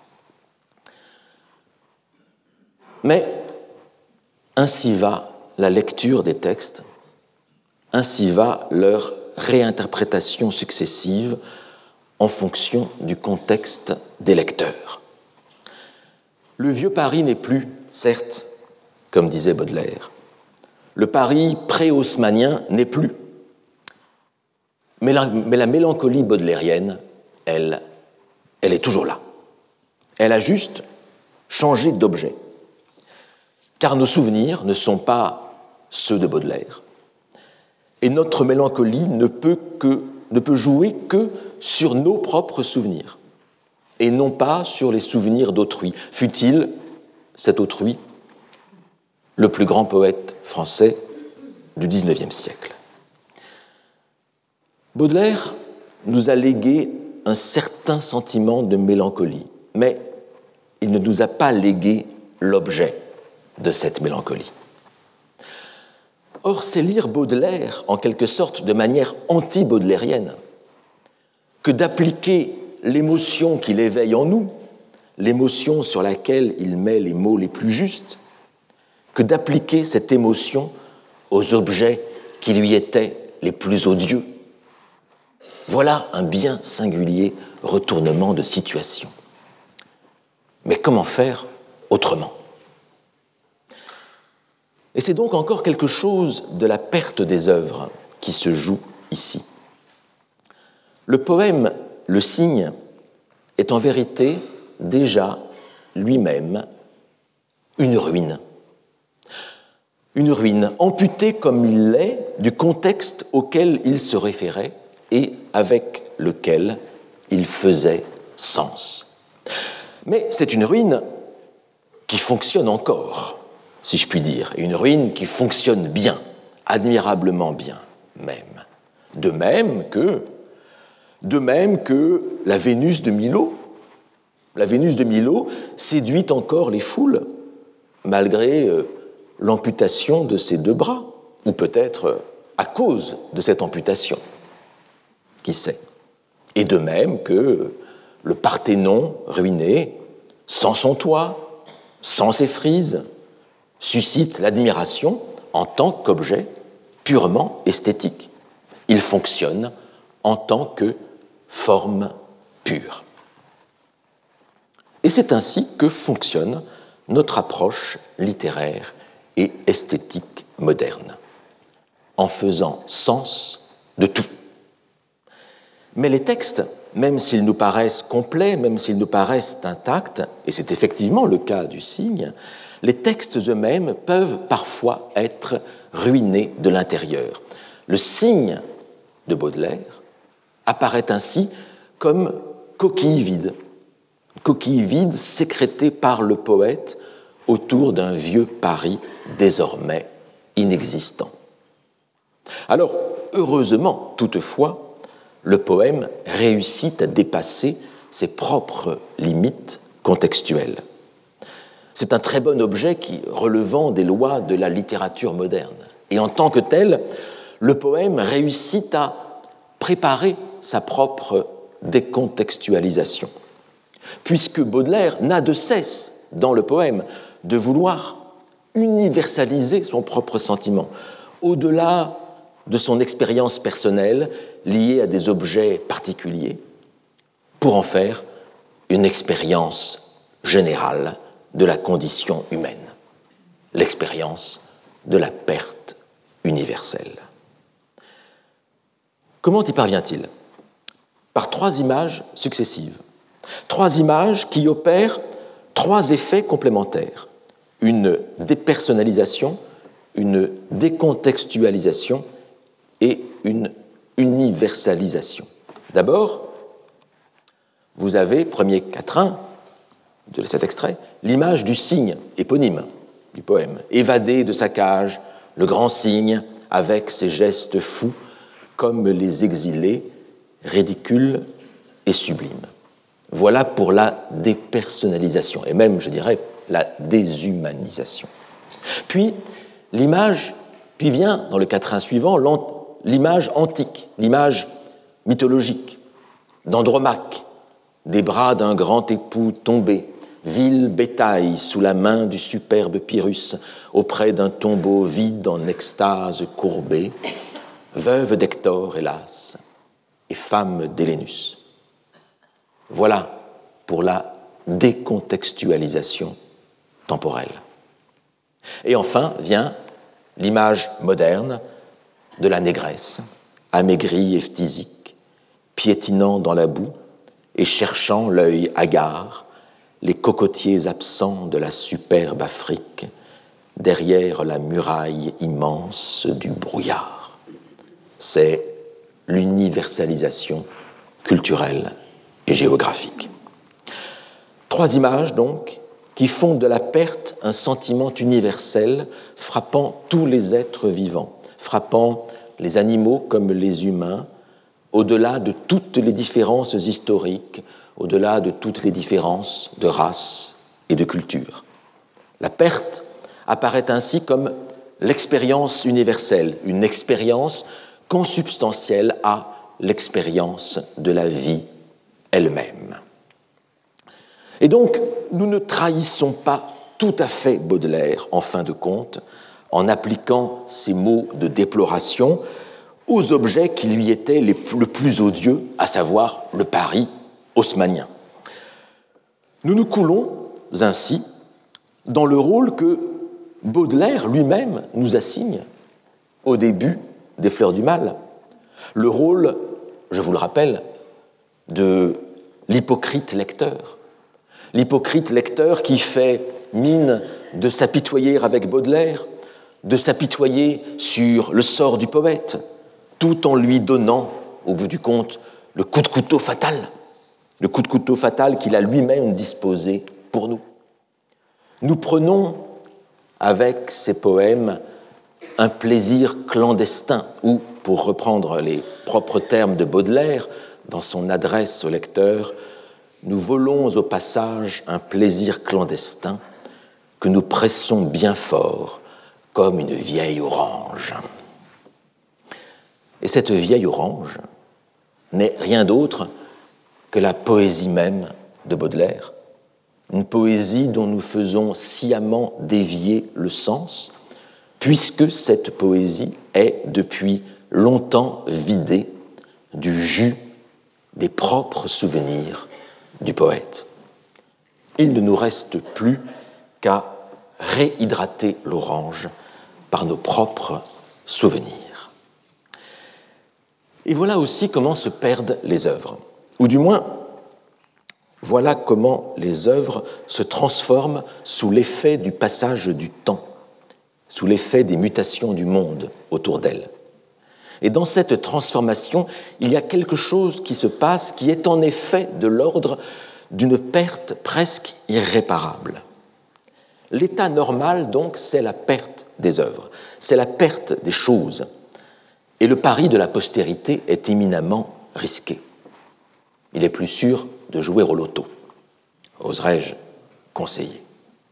Mais ainsi va la lecture des textes, ainsi va leur réinterprétation successive en fonction du contexte des lecteurs. Le vieux Paris n'est plus, certes, comme disait Baudelaire. Le Paris pré-haussmannien n'est plus. Mais la, mais la mélancolie baudelairienne, elle, elle est toujours là. Elle a juste changé d'objet. Car nos souvenirs ne sont pas ceux de Baudelaire. Et notre mélancolie ne peut, que, ne peut jouer que sur nos propres souvenirs, et non pas sur les souvenirs d'autrui, fût-il, cet autrui, le plus grand poète français du dix-neuvième siècle. Baudelaire nous a légué un certain sentiment de mélancolie, mais il ne nous a pas légué l'objet de cette mélancolie. Or, c'est lire Baudelaire, en quelque sorte, de manière anti-baudelairienne, que d'appliquer l'émotion qu'il éveille en nous, l'émotion sur laquelle il met les mots les plus justes, que d'appliquer cette émotion aux objets qui lui étaient les plus odieux. Voilà un bien singulier retournement de situation. Mais comment faire autrement ? Et c'est donc encore quelque chose de la perte des œuvres qui se joue ici. Le poème « Le cygne » est en vérité déjà lui-même une ruine. Une ruine amputée comme il l'est du contexte auquel il se référait et avec lequel il faisait sens. Mais c'est une ruine qui fonctionne encore, si je puis dire, et une ruine qui fonctionne bien, admirablement bien même. De même que, de même que la Vénus de Milo, la Vénus de Milo séduit encore les foules, malgré euh, l'amputation de ses deux bras, ou peut-être euh, à cause de cette amputation. Qui sait ? Et de même que le Parthénon ruiné, sans son toit, sans ses frises, suscite l'admiration en tant qu'objet purement esthétique. Il fonctionne en tant que forme pure. Et c'est ainsi que fonctionne notre approche littéraire et esthétique moderne, en faisant sens de tout. Mais les textes, même s'ils nous paraissent complets, même s'ils nous paraissent intacts, et c'est effectivement le cas du cygne, les textes eux-mêmes peuvent parfois être ruinés de l'intérieur. Le cygne de Baudelaire apparaît ainsi comme coquille vide, coquille vide sécrétée par le poète autour d'un vieux Paris désormais inexistant. Alors, heureusement, toutefois, le poème réussit à dépasser ses propres limites contextuelles. C'est un très bon objet qui, relevant des lois de la littérature moderne. Et en tant que tel, le poème réussit à préparer sa propre décontextualisation. Puisque Baudelaire n'a de cesse, dans le poème, de vouloir universaliser son propre sentiment, au-delà de son expérience personnelle liée à des objets particuliers, pour en faire une expérience générale de la condition humaine, l'expérience de la perte universelle. Comment y parvient-il ? Par trois images successives. Trois images qui opèrent trois effets complémentaires. Une dépersonnalisation, une décontextualisation et une universalisation. D'abord, vous avez, premier quatrain de cet extrait, l'image du cygne éponyme du poème. Évadé de sa cage, le grand cygne, avec ses gestes fous, comme les exilés, ridicules et sublimes. Voilà pour la dépersonnalisation, et même, je dirais, la déshumanisation. Puis, l'image, puis vient, dans le quatrain suivant, l'image antique, l'image mythologique, d'Andromaque, des bras d'un grand époux tombé, vil bétail sous la main du superbe Pyrrhus, auprès d'un tombeau vide en extase courbée, veuve d'Hector, hélas, et femme d'Hélénus. Voilà pour la décontextualisation temporelle. Et enfin vient l'image moderne de la négresse, amaigrie et phthisique, piétinant dans la boue et cherchant l'œil hagard les cocotiers absents de la superbe Afrique derrière la muraille immense du brouillard. C'est l'universalisation culturelle et géographique. Trois images, donc, qui font de la perte un sentiment universel frappant tous les êtres vivants, frappant les animaux comme les humains, au-delà de toutes les différences historiques, au-delà de toutes les différences de race et de culture. La perte apparaît ainsi comme l'expérience universelle, une expérience consubstantielle à l'expérience de la vie elle-même. Et donc, nous ne trahissons pas tout à fait Baudelaire, en fin de compte, en appliquant ces mots de déploration aux objets qui lui étaient les, le plus odieux, à savoir le Paris haussmannien. Nous nous coulons ainsi dans le rôle que Baudelaire lui-même nous assigne au début des Fleurs du Mal, le rôle, je vous le rappelle, de l'hypocrite lecteur. L'hypocrite lecteur qui fait mine de s'apitoyer avec Baudelaire, de s'apitoyer sur le sort du poète, tout en lui donnant, au bout du compte, le coup de couteau fatal, le coup de couteau fatal qu'il a lui-même disposé pour nous. Nous prenons, avec ces poèmes, un plaisir clandestin, ou, pour reprendre les propres termes de Baudelaire, dans son adresse au lecteur, nous volons au passage un plaisir clandestin que nous pressons bien fort comme une vieille orange. Et cette vieille orange n'est rien d'autre que la poésie même de Baudelaire, une poésie dont nous faisons sciemment dévier le sens, puisque cette poésie est depuis longtemps vidée du jus des propres souvenirs du poète. Il ne nous reste plus qu'à réhydrater l'orange par nos propres souvenirs. Et voilà aussi comment se perdent les œuvres, ou du moins, voilà comment les œuvres se transforment sous l'effet du passage du temps, sous l'effet des mutations du monde autour d'elles. Et dans cette transformation, il y a quelque chose qui se passe qui est en effet de l'ordre d'une perte presque irréparable. L'état normal, donc, c'est la perte des œuvres, c'est la perte des choses. Et le pari de la postérité est éminemment risqué. Il est plus sûr de jouer au loto, oserais-je conseiller.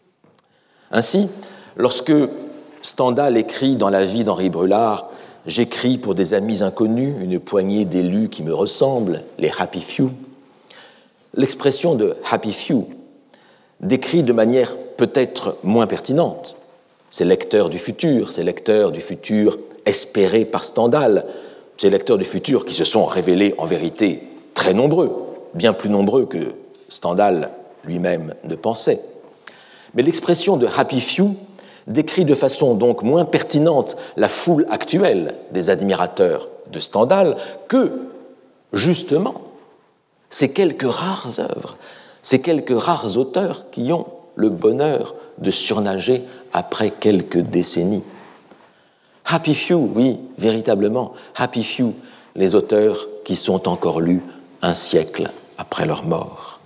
Ainsi, lorsque Stendhal écrit dans La vie d'Henri Brulard « J'écris pour des amis inconnus, une poignée d'élus qui me ressemblent, les happy few », l'expression de « happy few » décrit de manière peut-être moins pertinente ces lecteurs du futur, ces lecteurs du futur espérés par Stendhal, ces lecteurs du futur qui se sont révélés en vérité très nombreux, bien plus nombreux que Stendhal lui-même ne pensait. Mais l'expression de « happy few » décrit de façon donc moins pertinente la foule actuelle des admirateurs de Stendhal que, justement, ces quelques rares œuvres, ces quelques rares auteurs qui ont le bonheur de surnager après quelques décennies. Happy few, oui, véritablement, happy few, les auteurs qui sont encore lus un siècle après leur mort.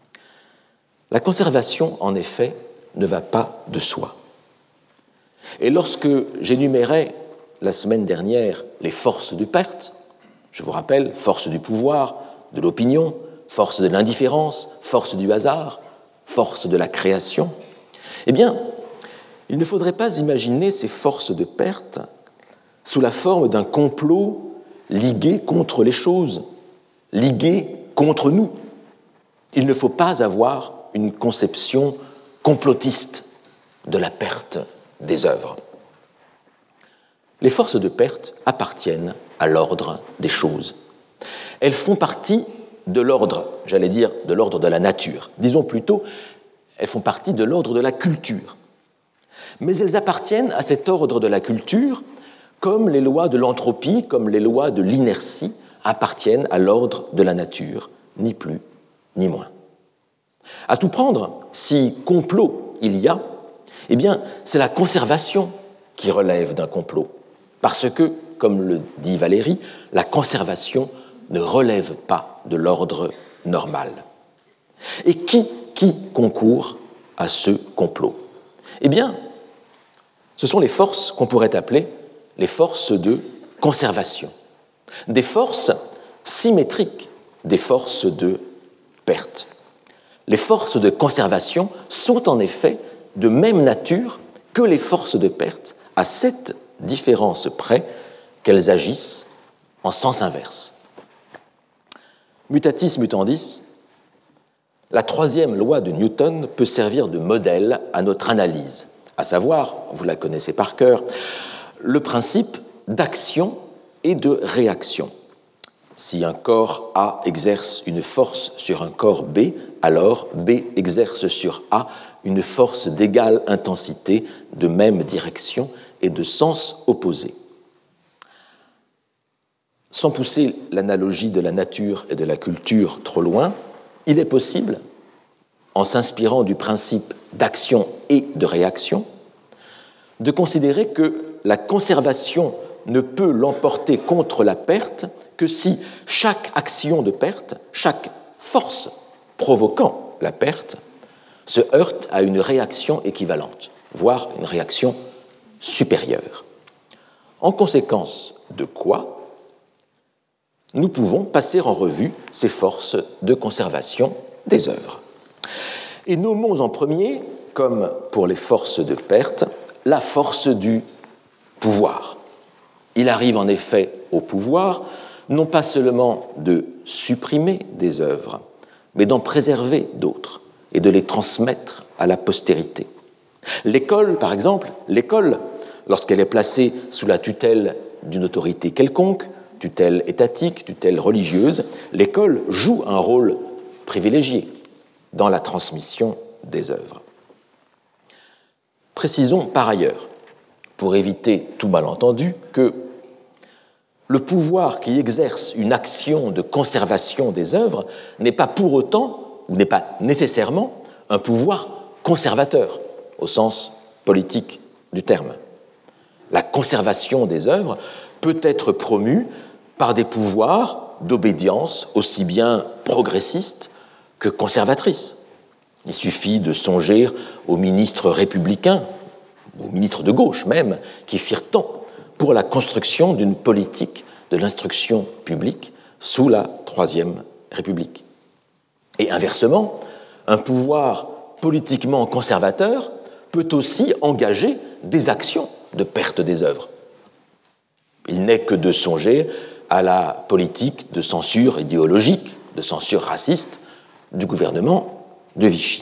La conservation, en effet, ne va pas de soi. Et lorsque j'énumérais la semaine dernière les forces de perte, je vous rappelle, force du pouvoir, de l'opinion, force de l'indifférence, force du hasard, force de la création, eh bien, il ne faudrait pas imaginer ces forces de perte sous la forme d'un complot ligué contre les choses, ligué contre nous. Il ne faut pas avoir une conception complotiste de la perte des œuvres. Les forces de perte appartiennent à l'ordre des choses. Elles font partie de l'ordre, j'allais dire, de l'ordre de la nature. Disons plutôt, elles font partie de l'ordre de la culture. Mais elles appartiennent à cet ordre de la culture comme les lois de l'entropie, comme les lois de l'inertie appartiennent à l'ordre de la nature, ni plus ni moins. À tout prendre, si complot il y a, eh bien, c'est la conservation qui relève d'un complot. Parce que, comme le dit Valéry, la conservation ne relève pas de l'ordre normal. Et qui, qui concourt à ce complot? Eh bien, ce sont les forces qu'on pourrait appeler les forces de conservation. Des forces symétriques, des forces de perte. Les forces de conservation sont en effet de même nature que les forces de perte, à cette différence près qu'elles agissent en sens inverse. Mutatis mutandis, la troisième loi de Newton peut servir de modèle à notre analyse, à savoir, vous la connaissez par cœur, le principe d'action et de réaction. Si un corps A exerce une force sur un corps B, alors B exerce sur A une force d'égale intensité, de même direction et de sens opposé. Sans pousser l'analogie de la nature et de la culture trop loin, il est possible, en s'inspirant du principe d'action et de réaction, de considérer que la conservation ne peut l'emporter contre la perte que si chaque action de perte, chaque force provoquant la perte, se heurte à une réaction équivalente, voire une réaction supérieure. En conséquence de quoi, nous pouvons passer en revue ces forces de conservation des œuvres. Et nommons en premier, comme pour les forces de perte, la force du pouvoir. Il arrive en effet au pouvoir, non pas seulement de supprimer des œuvres, mais d'en préserver d'autres et de les transmettre à la postérité. L'école, par exemple, l'école, lorsqu'elle est placée sous la tutelle d'une autorité quelconque, tutelle étatique, tutelle religieuse, l'école joue un rôle privilégié dans la transmission des œuvres. Précisons par ailleurs, pour éviter tout malentendu, que le pouvoir qui exerce une action de conservation des œuvres n'est pas pour autant, ou n'est pas nécessairement, un pouvoir conservateur, au sens politique du terme. La conservation des œuvres peut être promue par des pouvoirs d'obédience aussi bien progressistes que conservatrices. Il suffit de songer aux ministres républicains, aux ministres de gauche même, qui firent tant pour la construction d'une politique de l'instruction publique sous la Troisième République. Et inversement, un pouvoir politiquement conservateur peut aussi engager des actions de perte des œuvres. Il n'est que de songer à la politique de censure idéologique, de censure raciste du gouvernement de Vichy.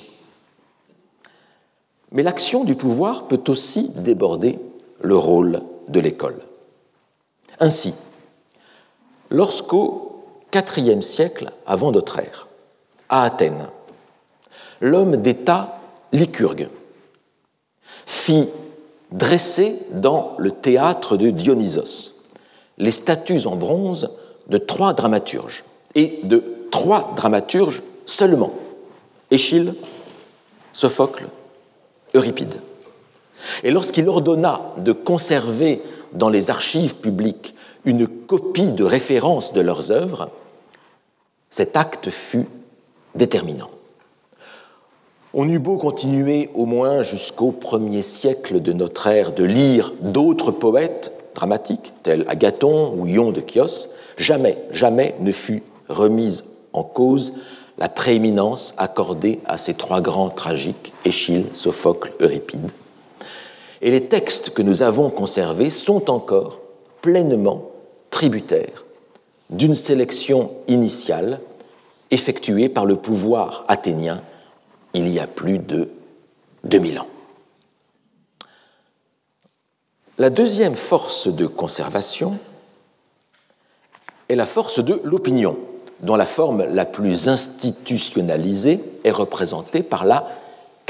Mais l'action du pouvoir peut aussi déborder le rôle de l'école. Ainsi, lorsqu'au quatrième siècle avant notre ère, à Athènes, l'homme d'État Lycurgue fit dresser dans le théâtre de Dionysos les statues en bronze de trois dramaturges, et de trois dramaturges seulement, Échille, Sophocle, Euripide. Et lorsqu'il ordonna de conserver dans les archives publiques une copie de référence de leurs œuvres, cet acte fut déterminant. On eut beau continuer au moins jusqu'au premier siècle de notre ère de lire d'autres poètes dramatiques, tels Agathon ou Ion de Chios, jamais, jamais ne fut remise en cause la prééminence accordée à ces trois grands tragiques, Échille, Sophocle, Euripide. Et les textes que nous avons conservés sont encore pleinement tributaires d'une sélection initiale effectuée par le pouvoir athénien il y a plus de deux mille ans. La deuxième force de conservation est la force de l'opinion, dont la forme la plus institutionnalisée est représentée par la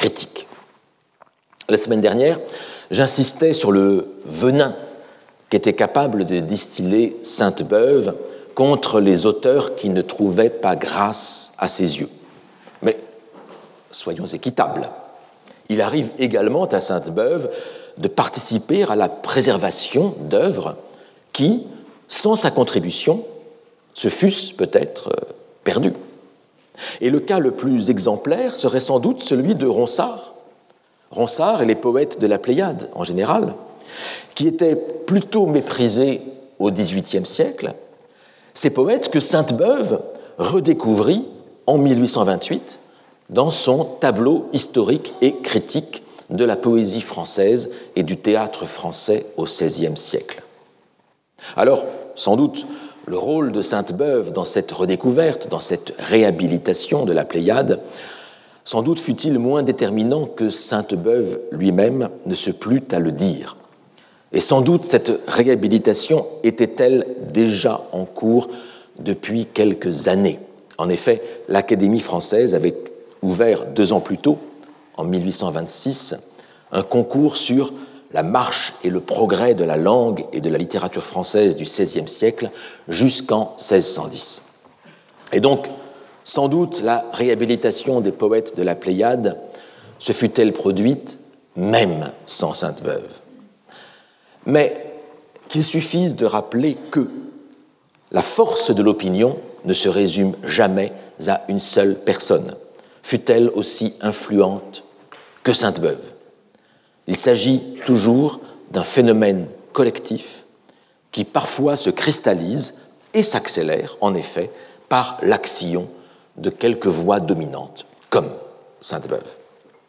critique. La semaine dernière, j'insistais sur le venin qu'était capable de distiller Sainte-Beuve contre les auteurs qui ne trouvaient pas grâce à ses yeux. Mais soyons équitables. Il arrive également à Sainte-Beuve de participer à la préservation d'œuvres qui, sans sa contribution, se fussent peut-être perdues. Et le cas le plus exemplaire serait sans doute celui de Ronsard. Ronsard et les poètes de la Pléiade en général, qui étaient plutôt méprisés au dix-huitième siècle, ces poètes que Sainte-Beuve redécouvrit en mille huit cent vingt-huit dans son tableau historique et critique de la poésie française et du théâtre français au seizième siècle. Alors, sans doute, le rôle de Sainte-Beuve dans cette redécouverte, dans cette réhabilitation de la Pléiade, sans doute fut-il moins déterminant que Sainte-Beuve lui-même ne se plut à le dire. Et sans doute cette réhabilitation était-elle déjà en cours depuis quelques années. En effet, l'Académie française avait ouvert deux ans plus tôt, en mille huit cent vingt-six, un concours sur la marche et le progrès de la langue et de la littérature française du seizième siècle jusqu'en seize cent dix. Et donc, sans doute, la réhabilitation des poètes de la Pléiade se fût-elle produite même sans Sainte-Beuve. Mais qu'il suffise de rappeler que la force de l'opinion ne se résume jamais à une seule personne, fût-elle aussi influente que Sainte-Beuve. Il s'agit toujours d'un phénomène collectif qui parfois se cristallise et s'accélère, en effet, par l'action de quelques voix dominantes, comme Sainte-Beuve.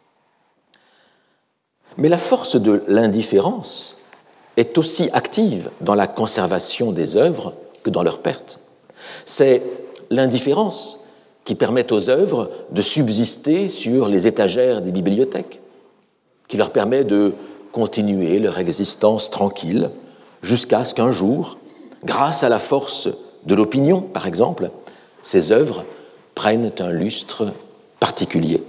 Mais la force de l'indifférence est aussi active dans la conservation des œuvres que dans leur perte. C'est l'indifférence qui permet aux œuvres de subsister sur les étagères des bibliothèques, qui leur permet de continuer leur existence tranquille jusqu'à ce qu'un jour, grâce à la force de l'opinion, par exemple, ces œuvres prennent un lustre particulier.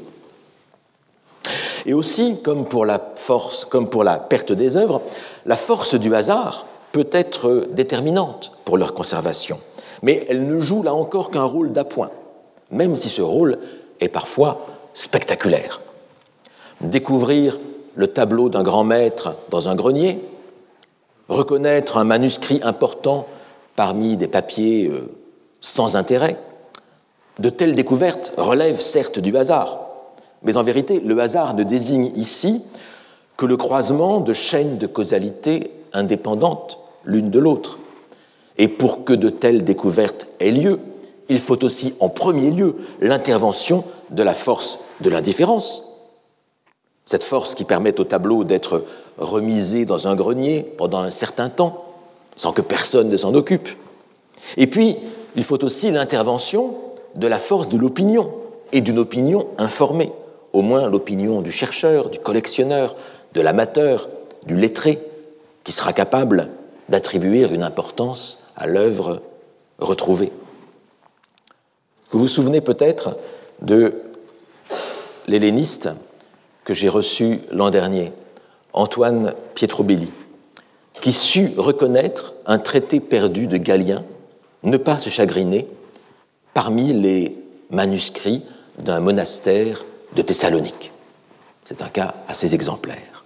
Et aussi, comme pour la force, comme pour la perte des œuvres, la force du hasard peut être déterminante pour leur conservation, mais elle ne joue là encore qu'un rôle d'appoint, même si ce rôle est parfois spectaculaire. Découvrir le tableau d'un grand maître dans un grenier, reconnaître un manuscrit important parmi des papiers euh, sans intérêt, de telles découvertes relèvent certes du hasard, mais en vérité, le hasard ne désigne ici que le croisement de chaînes de causalité indépendantes l'une de l'autre. Et pour que de telles découvertes aient lieu, il faut aussi en premier lieu l'intervention de la force de l'indifférence. Cette force qui permet au tableau d'être remisé dans un grenier pendant un certain temps, sans que personne ne s'en occupe. Et puis, il faut aussi l'intervention de la force de l'opinion, et d'une opinion informée, au moins l'opinion du chercheur, du collectionneur, de l'amateur, du lettré, qui sera capable d'attribuer une importance à l'œuvre retrouvée. Vous vous souvenez peut-être de l'helléniste que j'ai reçu l'an dernier, Antoine Pietrobelli, qui sut reconnaître un traité perdu de Galien, ne pas se chagriner, parmi les manuscrits d'un monastère de Thessalonique. C'est un cas assez exemplaire.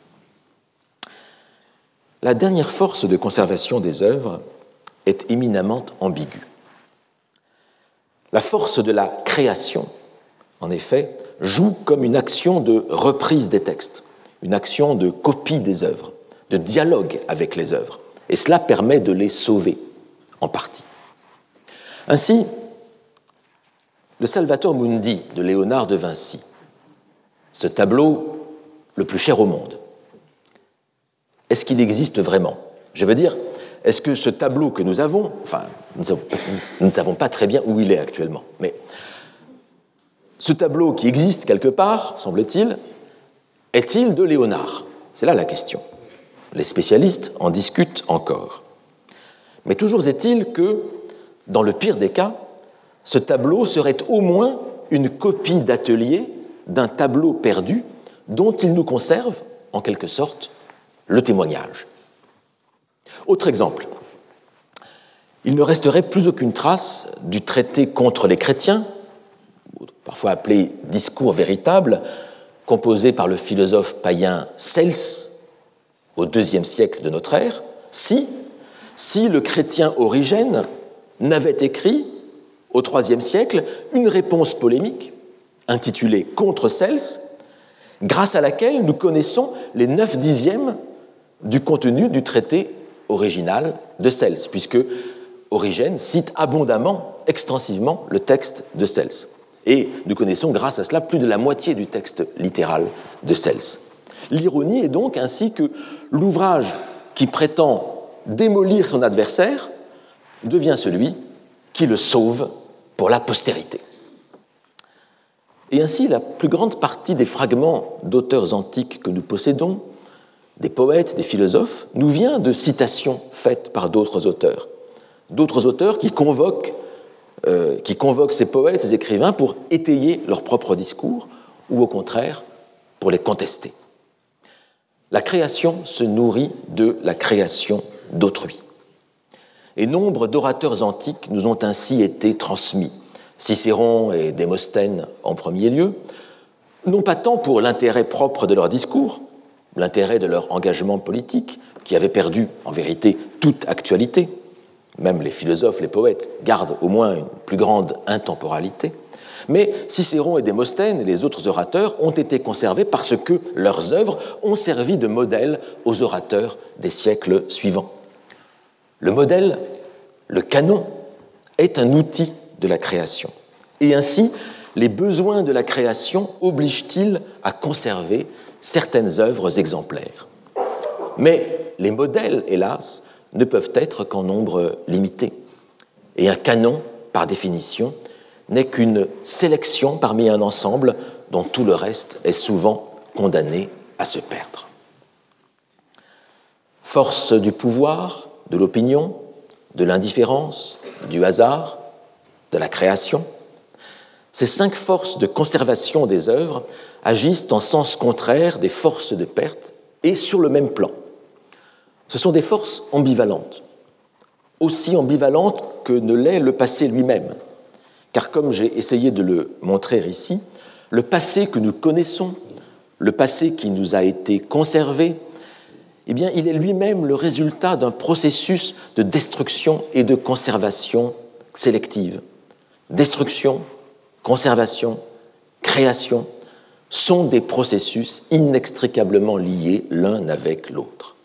La dernière force de conservation des œuvres est éminemment ambiguë. La force de la création, en effet, joue comme une action de reprise des textes, une action de copie des œuvres, de dialogue avec les œuvres, et cela permet de les sauver, en partie. Ainsi, le Salvator Mundi de Léonard de Vinci, ce tableau le plus cher au monde, est-ce qu'il existe vraiment ? Je veux dire, est-ce que ce tableau que nous avons, enfin, nous ne savons pas très bien où il est actuellement, mais ce tableau qui existe quelque part, semble-t-il, est-il de Léonard ? C'est là la question. Les spécialistes en discutent encore. Mais toujours est-il que, dans le pire des cas, ce tableau serait au moins une copie d'atelier d'un tableau perdu dont il nous conserve, en quelque sorte, le témoignage. Autre exemple, il ne resterait plus aucune trace du traité contre les chrétiens, parfois appelé « discours véritable », composé par le philosophe païen Cels au deuxième siècle de notre ère, si, si le chrétien Origène n'avait écrit, au troisième siècle, une réponse polémique intitulée « Contre Cels », grâce à laquelle nous connaissons les neuf dixièmes du contenu du traité original de Cels, puisque Origène cite abondamment, extensivement, le texte de Cels. Et nous connaissons grâce à cela plus de la moitié du texte littéral de Cels. L'ironie est donc ainsi que l'ouvrage qui prétend démolir son adversaire devient celui qui le sauve pour la postérité. Et ainsi, la plus grande partie des fragments d'auteurs antiques que nous possédons, des poètes, des philosophes, nous vient de citations faites par d'autres auteurs. D'autres auteurs qui convoquent, euh, qui convoquent ces poètes, ces écrivains pour étayer leur propre discours ou au contraire pour les contester. La création se nourrit de la création d'autrui. Et nombre d'orateurs antiques nous ont ainsi été transmis, Cicéron et Démosthène en premier lieu, non pas tant pour l'intérêt propre de leur discours, l'intérêt de leur engagement politique, qui avait perdu en vérité toute actualité, même les philosophes, les poètes gardent au moins une plus grande intemporalité, mais Cicéron et Démosthène et les autres orateurs ont été conservés parce que leurs œuvres ont servi de modèle aux orateurs des siècles suivants. Le modèle, le canon, est un outil de la création. Et ainsi, les besoins de la création obligent-ils à conserver certaines œuvres exemplaires. Mais les modèles, hélas, ne peuvent être qu'en nombre limité. Et un canon, par définition, n'est qu'une sélection parmi un ensemble dont tout le reste est souvent condamné à se perdre. Force du pouvoir, de l'opinion, de l'indifférence, du hasard, de la création, ces cinq forces de conservation des œuvres agissent en sens contraire des forces de perte et sur le même plan. Ce sont des forces ambivalentes, aussi ambivalentes que ne l'est le passé lui-même, car comme j'ai essayé de le montrer ici, le passé que nous connaissons, le passé qui nous a été conservé, eh bien, il est lui-même le résultat d'un processus de destruction et de conservation sélective. Destruction, conservation, création sont des processus inextricablement liés l'un avec l'autre.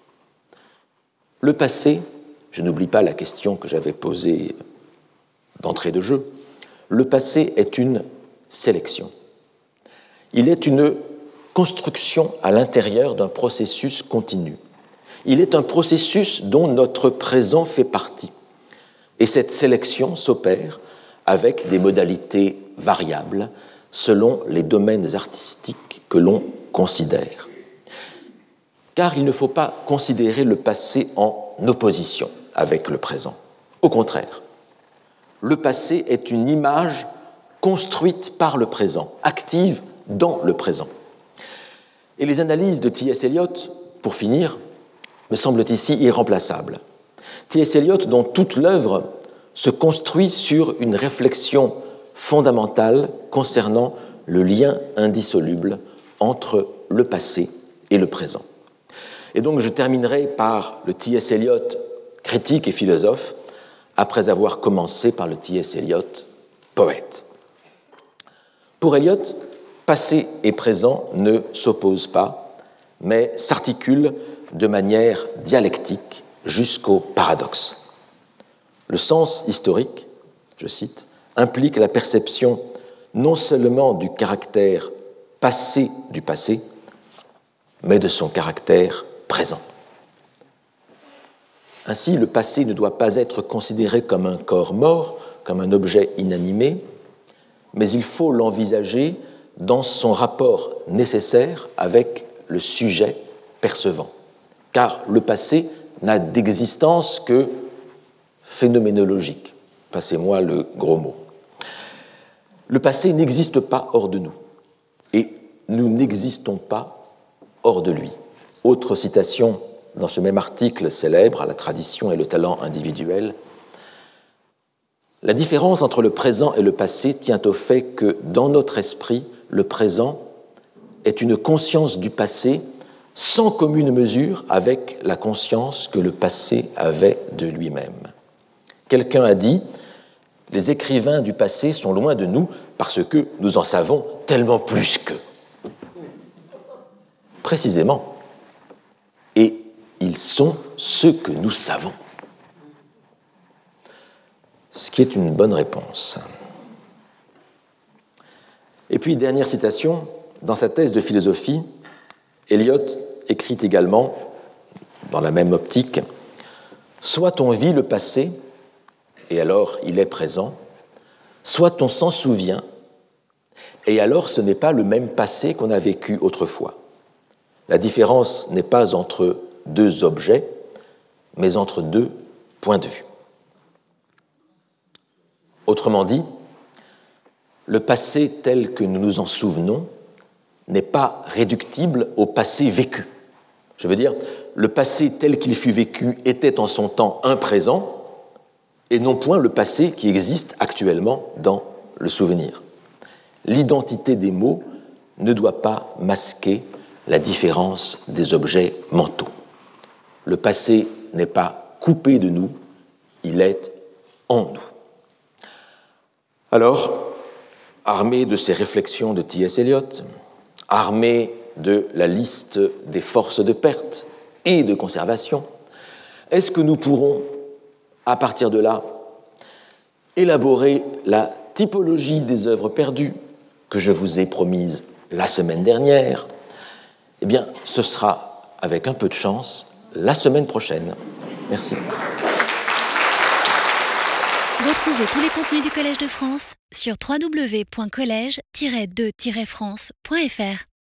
Le passé, je n'oublie pas la question que j'avais posée d'entrée de jeu, le passé est une sélection. Il est une construction à l'intérieur d'un processus continu. Il est un processus dont notre présent fait partie. Et cette sélection s'opère avec des modalités variables selon les domaines artistiques que l'on considère. Car il ne faut pas considérer le passé en opposition avec le présent. Au contraire, le passé est une image construite par le présent, active dans le présent. Et les analyses de T S Eliot, pour finir, me semblent ici irremplaçables. T S Eliot, dont toute l'œuvre se construit sur une réflexion fondamentale concernant le lien indissoluble entre le passé et le présent. Et donc je terminerai par le T S Eliot critique et philosophe, après avoir commencé par le T S Eliot poète. Pour Eliot, passé et présent ne s'opposent pas, mais s'articulent de manière dialectique jusqu'au paradoxe. Le sens historique, je cite, implique la perception non seulement du caractère passé du passé, mais de son caractère présent. Ainsi, le passé ne doit pas être considéré comme un corps mort, comme un objet inanimé, mais il faut l'envisager dans son rapport nécessaire avec le sujet percevant. Car le passé n'a d'existence que phénoménologique. Passez-moi le gros mot. Le passé n'existe pas hors de nous. Et nous n'existons pas hors de lui. Autre citation dans ce même article célèbre, à la tradition et le talent individuel. La différence entre le présent et le passé tient au fait que, dans notre esprit, le présent est une conscience du passé sans commune mesure avec la conscience que le passé avait de lui-même. Quelqu'un a dit « Les écrivains du passé sont loin de nous parce que nous en savons tellement plus qu'eux. » Précisément. Et ils sont ceux que nous savons. Ce qui est une bonne réponse. Et puis, dernière citation, dans sa thèse de philosophie, Eliot écrit également, dans la même optique, « Soit on vit le passé, et alors il est présent, soit on s'en souvient, et alors ce n'est pas le même passé qu'on a vécu autrefois. La différence n'est pas entre deux objets, mais entre deux points de vue. » Autrement dit, le passé tel que nous nous en souvenons n'est pas réductible au passé vécu. Je veux dire, le passé tel qu'il fut vécu était en son temps un présent, et non point le passé qui existe actuellement dans le souvenir. L'identité des mots ne doit pas masquer la différence des objets mentaux. Le passé n'est pas coupé de nous, il est en nous. Alors, armé de ces réflexions de T S Eliot, armé de la liste des forces de perte et de conservation, est-ce que nous pourrons, à partir de là, élaborer la typologie des œuvres perdues que je vous ai promise la semaine dernière? Eh bien, ce sera, avec un peu de chance, la semaine prochaine. Merci. Retrouvez tous les contenus du Collège de France sur w w w point collège tiret de tiret france point f r.